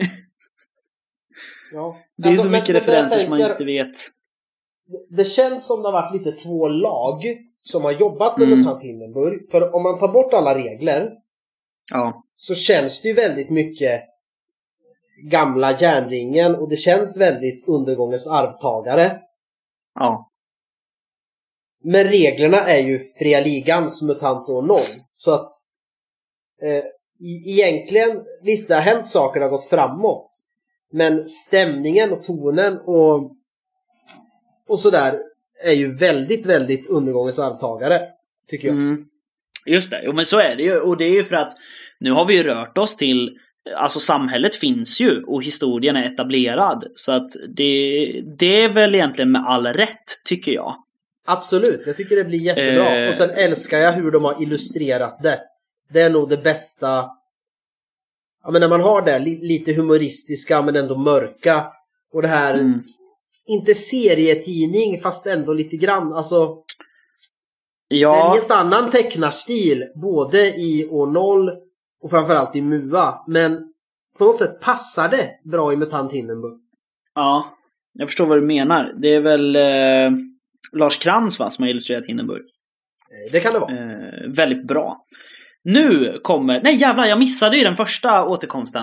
Ja. Det är så mycket referenser som man inte vet. Det känns som det har varit lite 2 lag som har jobbat med MUTANT Hindenburg. För om man tar bort alla regler, så känns det ju väldigt mycket gamla Järnringen. Och det känns väldigt Undergångens arvtagare. Ja. Men reglerna är ju Fria Ligans MUTANT år 0. Så att Egentligen, visst det har hänt saker, det har gått framåt. Men stämningen och tonen och sådär är ju väldigt, väldigt undergångens arvtagare, tycker jag. Just det, jo, men så är det ju. Och det är ju för att nu har vi ju rört oss till, alltså samhället finns ju och historien är etablerad. Så att det är väl egentligen med all rätt, tycker jag. Absolut, jag tycker det blir jättebra. Och sen älskar jag hur de har illustrerat det. Det är nog det bästa. Ja, men när man har det lite humoristiska men ändå mörka. Och det här, inte serietidning fast ändå lite grann. Alltså, ja. Det är en helt annan tecknarstil. Både i År 0 och framförallt i MUA. Men på något sätt passar det bra i Mutant Hindenburg. Ja, jag förstår vad du menar. Det är väl Lars Krantz, va, som har illustrerat Hindenburg. Det kan det vara. Väldigt bra. Nu kommer... Nej jävlar, jag missade ju den första återkomsten.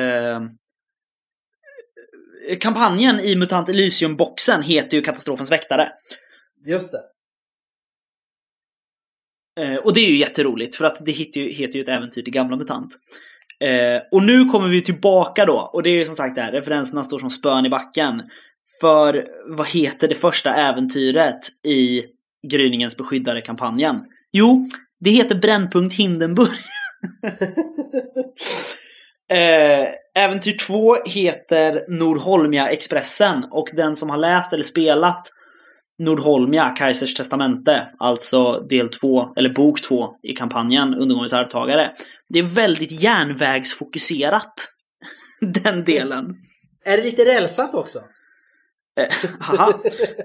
Kampanjen i Mutant Elysium-boxen heter ju Katastrofens väktare. Just det. Och det är ju jätteroligt, för att det heter ju ett äventyr till gamla MUTANT. Och nu kommer vi tillbaka då. Och det är ju som sagt där, referenserna står som spön i backen. För vad heter det första äventyret i Gryningens beskyddare-kampanjen? Jo, det heter Brännpunkt Hindenburg. Äventyr 2 heter Nordholmia-expressen. Och den som har läst eller spelat Nordholmia, Kaisers testamente, alltså del 2 eller bok 2 i kampanjen Undergångens arvtagare, det är väldigt järnvägsfokuserat, den delen. Är det lite rälsat också? Haha.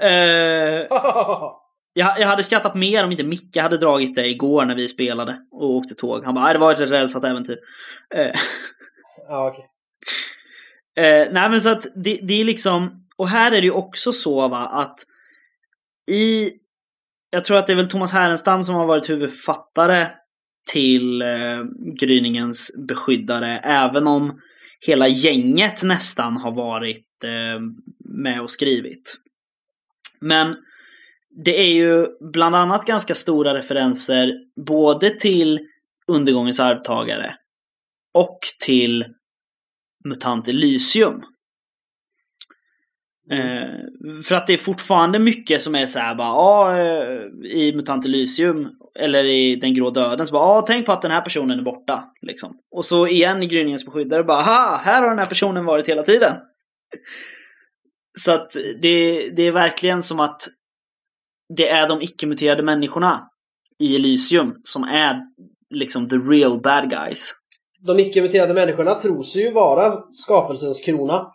Jag hade skrattat mer om inte Micke hade dragit det igår när vi spelade och åkte tåg. Han bara, det var ett rälsat äventyr. Ja, okej. Nej, men så att det är liksom, och här är det ju också så, va, att jag tror att det är väl Thomas Härenstam som har varit huvudförfattare till Gryningens beskyddare, även om hela gänget nästan har varit med och skrivit. Men det är ju bland annat ganska stora referenser både till Undergångens arvtagare och till Mutant Elysium. För att det är fortfarande mycket som är så här bara, i Mutant Elysium eller i Den grå döden så bara, tänk på att den här personen är borta liksom. Och så igen i Gryningens beskyddare bara, här har den här personen varit hela tiden. Så att det är verkligen som att det är de icke-muterade människorna i Elysium som är liksom the real bad guys. De icke-muterade människorna tror sig ju vara skapelsens krona.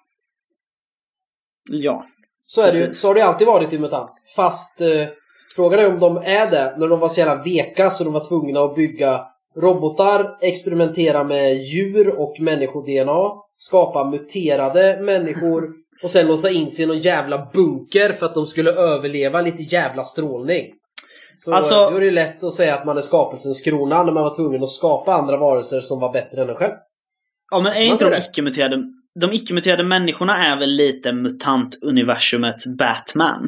Ja. Så är det ju, så har det alltid varit i MUTANT. Fast frågan är om de är det när de var så jävla veka så de var tvungna att bygga robotar, experimentera med djur och människo-DNA, skapa muterade människor och sen låsa in sig i någon jävla bunker för att de skulle överleva lite jävla strålning. Så alltså, då är det lätt att säga att man är skapelsens krona när man var tvungen att skapa andra varelser som var bättre än en själv. Ja, men är inte de icke-muterade människorna är väl lite mutant-universumets Batman?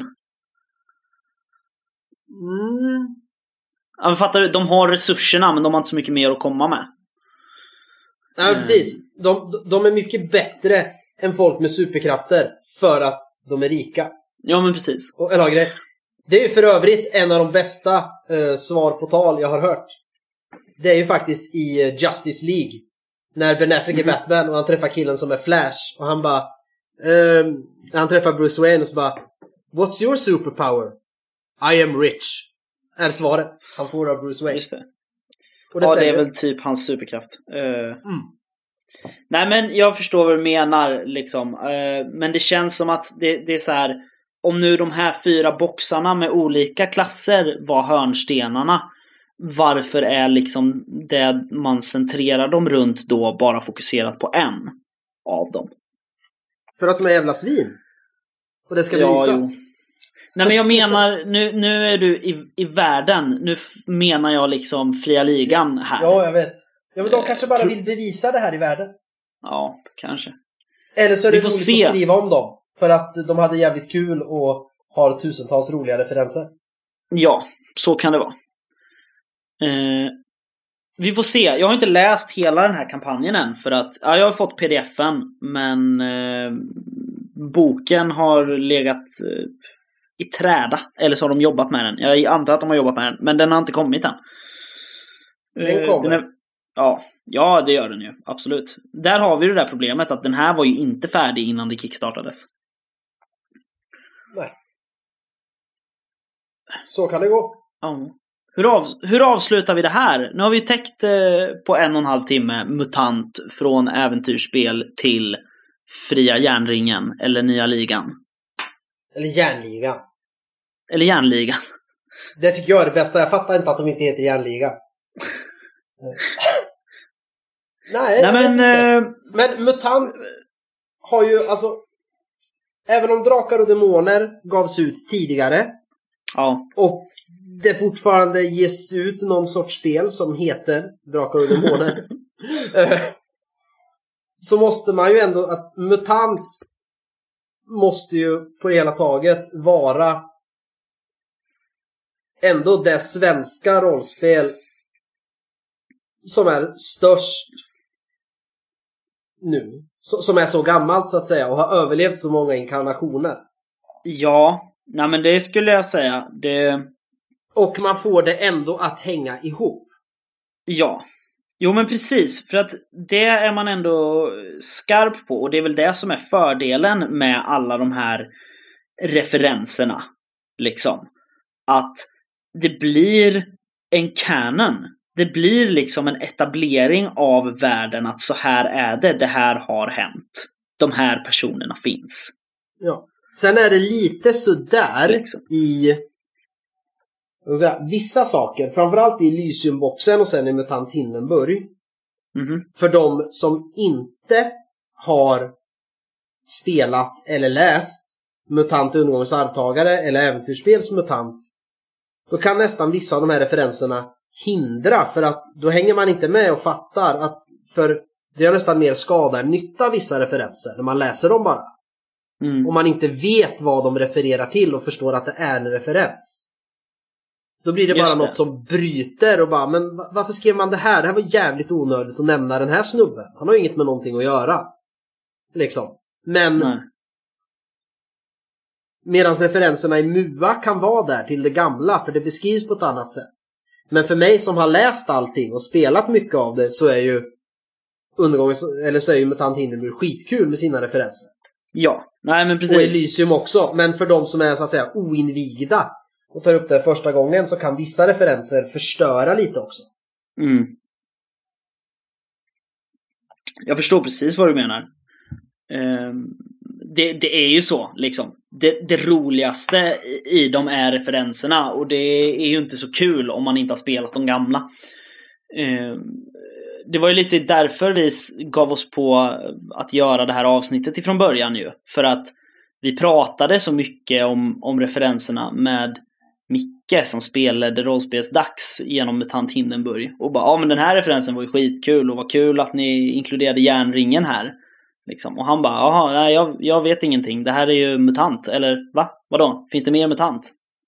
Ja, men fattar du? De har resurserna men de har inte så mycket mer att komma med. Nej, precis. De är mycket bättre än folk med superkrafter för att de är rika. Ja, men precis. Eller grej. Det är ju för övrigt en av de bästa svar på tal jag har hört. Det är ju faktiskt i Justice League. När Ben Affleck är Batman och han träffar killen som är Flash. Och han bara... han träffar Bruce Wayne och så bara... What's your superpower? I am rich. Är svaret. Han får av Bruce Wayne. Just det. Och det är väl typ hans superkraft. Nej, men jag förstår vad du menar liksom. Men det känns som att det är så här... Om nu de här 4 boxarna med olika klasser var hörnstenarna, varför är liksom det man centrerar dem runt då bara fokuserat på en av dem? För att de är jävla svin. Och det ska bevisas. Jo. Nej, men jag menar, nu är du i världen. Nu menar jag liksom fria ligan här. Ja, jag vet. Ja, men de kanske bara vill bevisa det här i världen. Ja, kanske. Eller så är det roligt att skriva om dem. För att de hade jävligt kul och har tusentals roliga referenser. Ja, så kan det vara. vi får se. Jag har inte läst hela den här kampanjen än för att jag har fått pdf-en, men boken har legat i träda, eller så har de jobbat med den. Jag antar att de har jobbat med den, men den har inte kommit än. Den kommer. Ja, det gör den ju. Absolut. Där har vi det där problemet att den här var ju inte färdig innan det kickstartades. Nej. Så kan det gå. Ja. Hur avslutar vi det här? Nu har vi täckt på 1,5 timme MUTANT från äventyrsspel till Fria järnringen eller Nya ligan. Eller Järnligan. Eller Järnligan. Det tycker jag är det bästa. Jag fattar inte att de inte heter Järnligan. Nej men MUTANT har ju alltså, även om Drakar och Demoner gavs ut tidigare, och det fortfarande ges ut någon sorts spel som heter Drakar och Demoner, så måste man ju ändå, att MUTANT måste ju på det hela taget vara ändå det svenska rollspel som är störst nu. Som är så gammalt så att säga och har överlevt så många inkarnationer. Ja, nej men det skulle jag säga. Och man får det ändå att hänga ihop. Ja. Jo men precis, för att det är man ändå skarp på. Och det är väl det som är fördelen med alla de här referenserna. Liksom. Att det blir en canon. Det blir liksom en etablering av världen att så här är det. Det här har hänt. De här personerna finns. Ja. Sen är det lite sådär liksom i vissa saker. Framförallt i Elysium-boxen och sen i MUTANT Hindenburg. Mm-hmm. För de som inte har spelat eller läst MUTANT Undergångens arvtagare eller äventyrsspels MUTANT, då kan nästan vissa av de här referenserna hindra, för att då hänger man inte med och fattar att, för det är nästan mer skada än nytta vissa referenser när man läser dem bara. Om man inte vet vad de refererar till och förstår att det är en referens. Då blir det bara något som bryter och bara, men varför skrev man det här? Det här var jävligt onödigt att nämna den här snubben. Han har ju inget med någonting att göra. Liksom. Men medan referenserna i MUA kan vara där till det gamla, för det beskrivs på ett annat sätt. Men för mig som har läst allting och spelat mycket av det, så är ju MUTANT Hindenburg skitkul med sina referenser. Ja, nej men precis. Och Elysium också. Men för de som är så att säga oinvigda och tar upp det första gången, så kan vissa referenser förstöra lite också. Jag förstår precis vad du menar. Det är ju så liksom. Det roligaste i dem är referenserna, och det är ju inte så kul om man inte har spelat de gamla. Det var ju lite därför vi gav oss på att göra det här avsnittet ifrån början ju. För att vi pratade så mycket om referenserna med Micke som spelade rollspelsdags genom MUTANT Hindenburg. Och bara, men den här referensen var ju skitkul, och vad kul att ni inkluderade järnringen här. Liksom. Och han bara, jaha, nej, jag vet ingenting. Det här är ju MUTANT. Eller va? Vadå? Finns det mer MUTANT?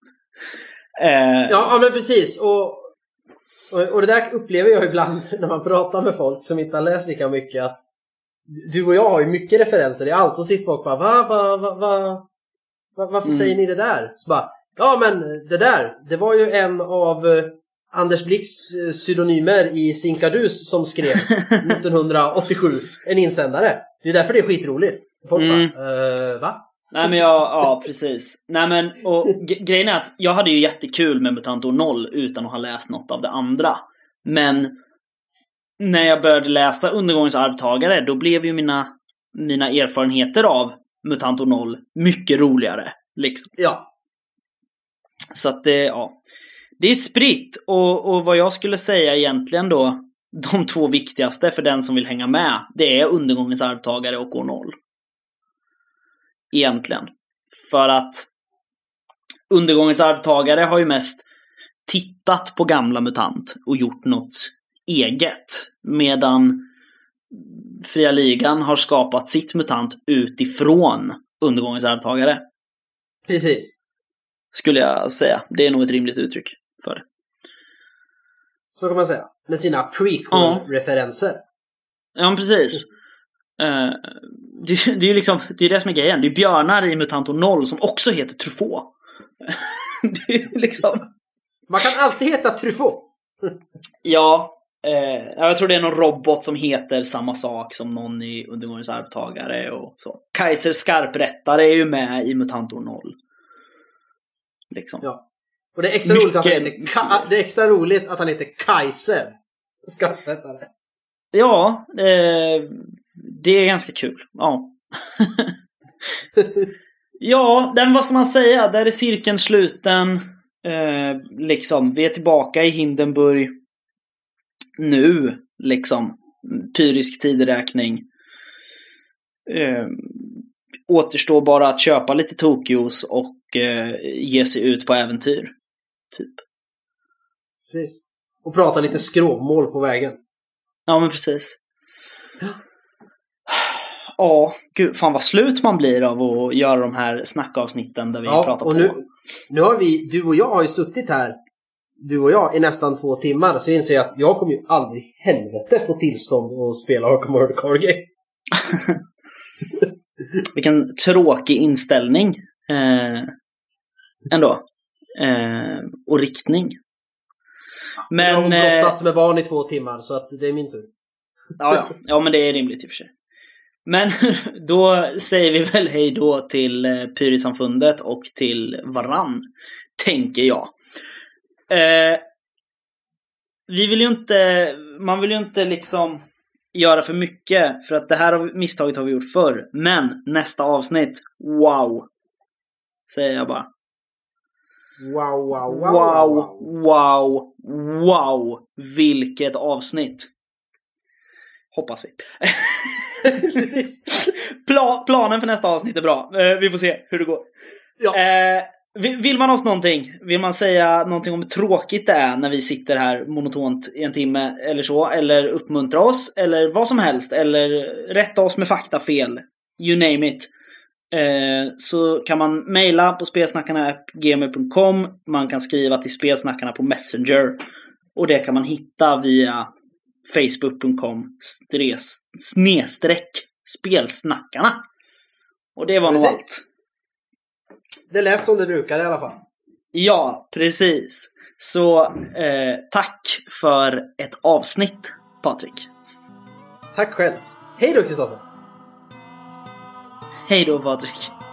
Ja, men precis. Och det där upplever jag ibland när man pratar med folk som inte har läst lika mycket, att du och jag har ju mycket referenser i allt, och sitter folk bara, varför säger ni det där? Så bara, ja men det var ju en av Anders Blix pseudonymer i Sinkadus som skrev 1987 en insändare. Det är därför det är skitroligt. Folk bara, va? Nej men ja precis. Nej men, och grejen är att jag hade ju jättekul med MUTANT år 0 utan att ha läst något av det andra. Men när jag började läsa Undergångens arvtagare, då blev ju mina erfarenheter av MUTANT år 0 mycket roligare liksom. Ja. Så att det är spritt, och vad jag skulle säga egentligen då, de två viktigaste för den som vill hänga med, det är Undergångens arvtagare och år 0. Egentligen. För att Undergångens arvtagare har ju mest tittat på gamla MUTANT och gjort något eget, medan Fria ligan har skapat sitt MUTANT utifrån Undergångens arvtagare. Precis. Skulle jag säga. Det är nog ett rimligt uttryck för det. Så kan man säga. Med sina prequel-referenser. Ja, precis. Det är ju liksom, det är det som är grejen. Det är björnar i Mutantor 0 som också heter Truffaut. Det är liksom... Man kan alltid heta Truffaut. Ja, jag tror det är någon robot som heter samma sak som någon i Undergångens arvtagare och så. Kaiser Skarprättare är ju med i Mutantor 0. Liksom. Ja. Och det är extra roligt att han heter det är extra roligt att han heter Kaiser Skarprättare. Ja, det är ganska kul. Ja. Ja, vad ska man säga? Där är cirkeln sluten. Liksom, vi är tillbaka i Hindenburg nu, liksom. Pyrisk tideräkning. Återstår bara att köpa lite Tokyos och ge sig ut på äventyr. Typ. Precis. Och prata lite skrovmål på vägen. Ja, men precis. Ja, gud, fan vad slut man blir av att göra de här snackavsnitten där vi pratar och på. Nu har vi, du och jag har ju suttit här, du och jag, i nästan 2 timmar. Så inser jag att jag kommer ju aldrig i helvete få tillstånd att spela Arkham Horror Card Game. Vilken tråkig inställning ändå. Och riktning. Men, jag har brottats med barn i 2 timmar, så att det är min tur. Ja, men det är rimligt i och för sig. Men då säger vi väl hej då till Pyrisamfundet och till varann, tänker jag. Man vill ju inte liksom göra för mycket, för att det här misstaget har vi gjort förr. Men nästa avsnitt, wow, säger jag bara. Wow, vilket avsnitt. Hoppas vi. Precis. Planen för nästa avsnitt är bra. Vi får se hur det går. Ja. Vill man oss någonting? Vill man säga någonting om hur tråkigt det är när vi sitter här monotont i en timme eller så? Eller uppmuntra oss? Eller vad som helst? Eller rätta oss med faktafel? You name it. Så kan man mejla på spelsnackarna@gmail.com. Man kan skriva till spelsnackarna på Messenger. Och det kan man hitta via facebook.com/spelsnackarna. Och det var nog allt. Det lät som det brukar i alla fall. Ja, precis. Så tack för ett avsnitt, Patrik. Tack själv. Hej då, Kristoffer. Hej då, Patrik.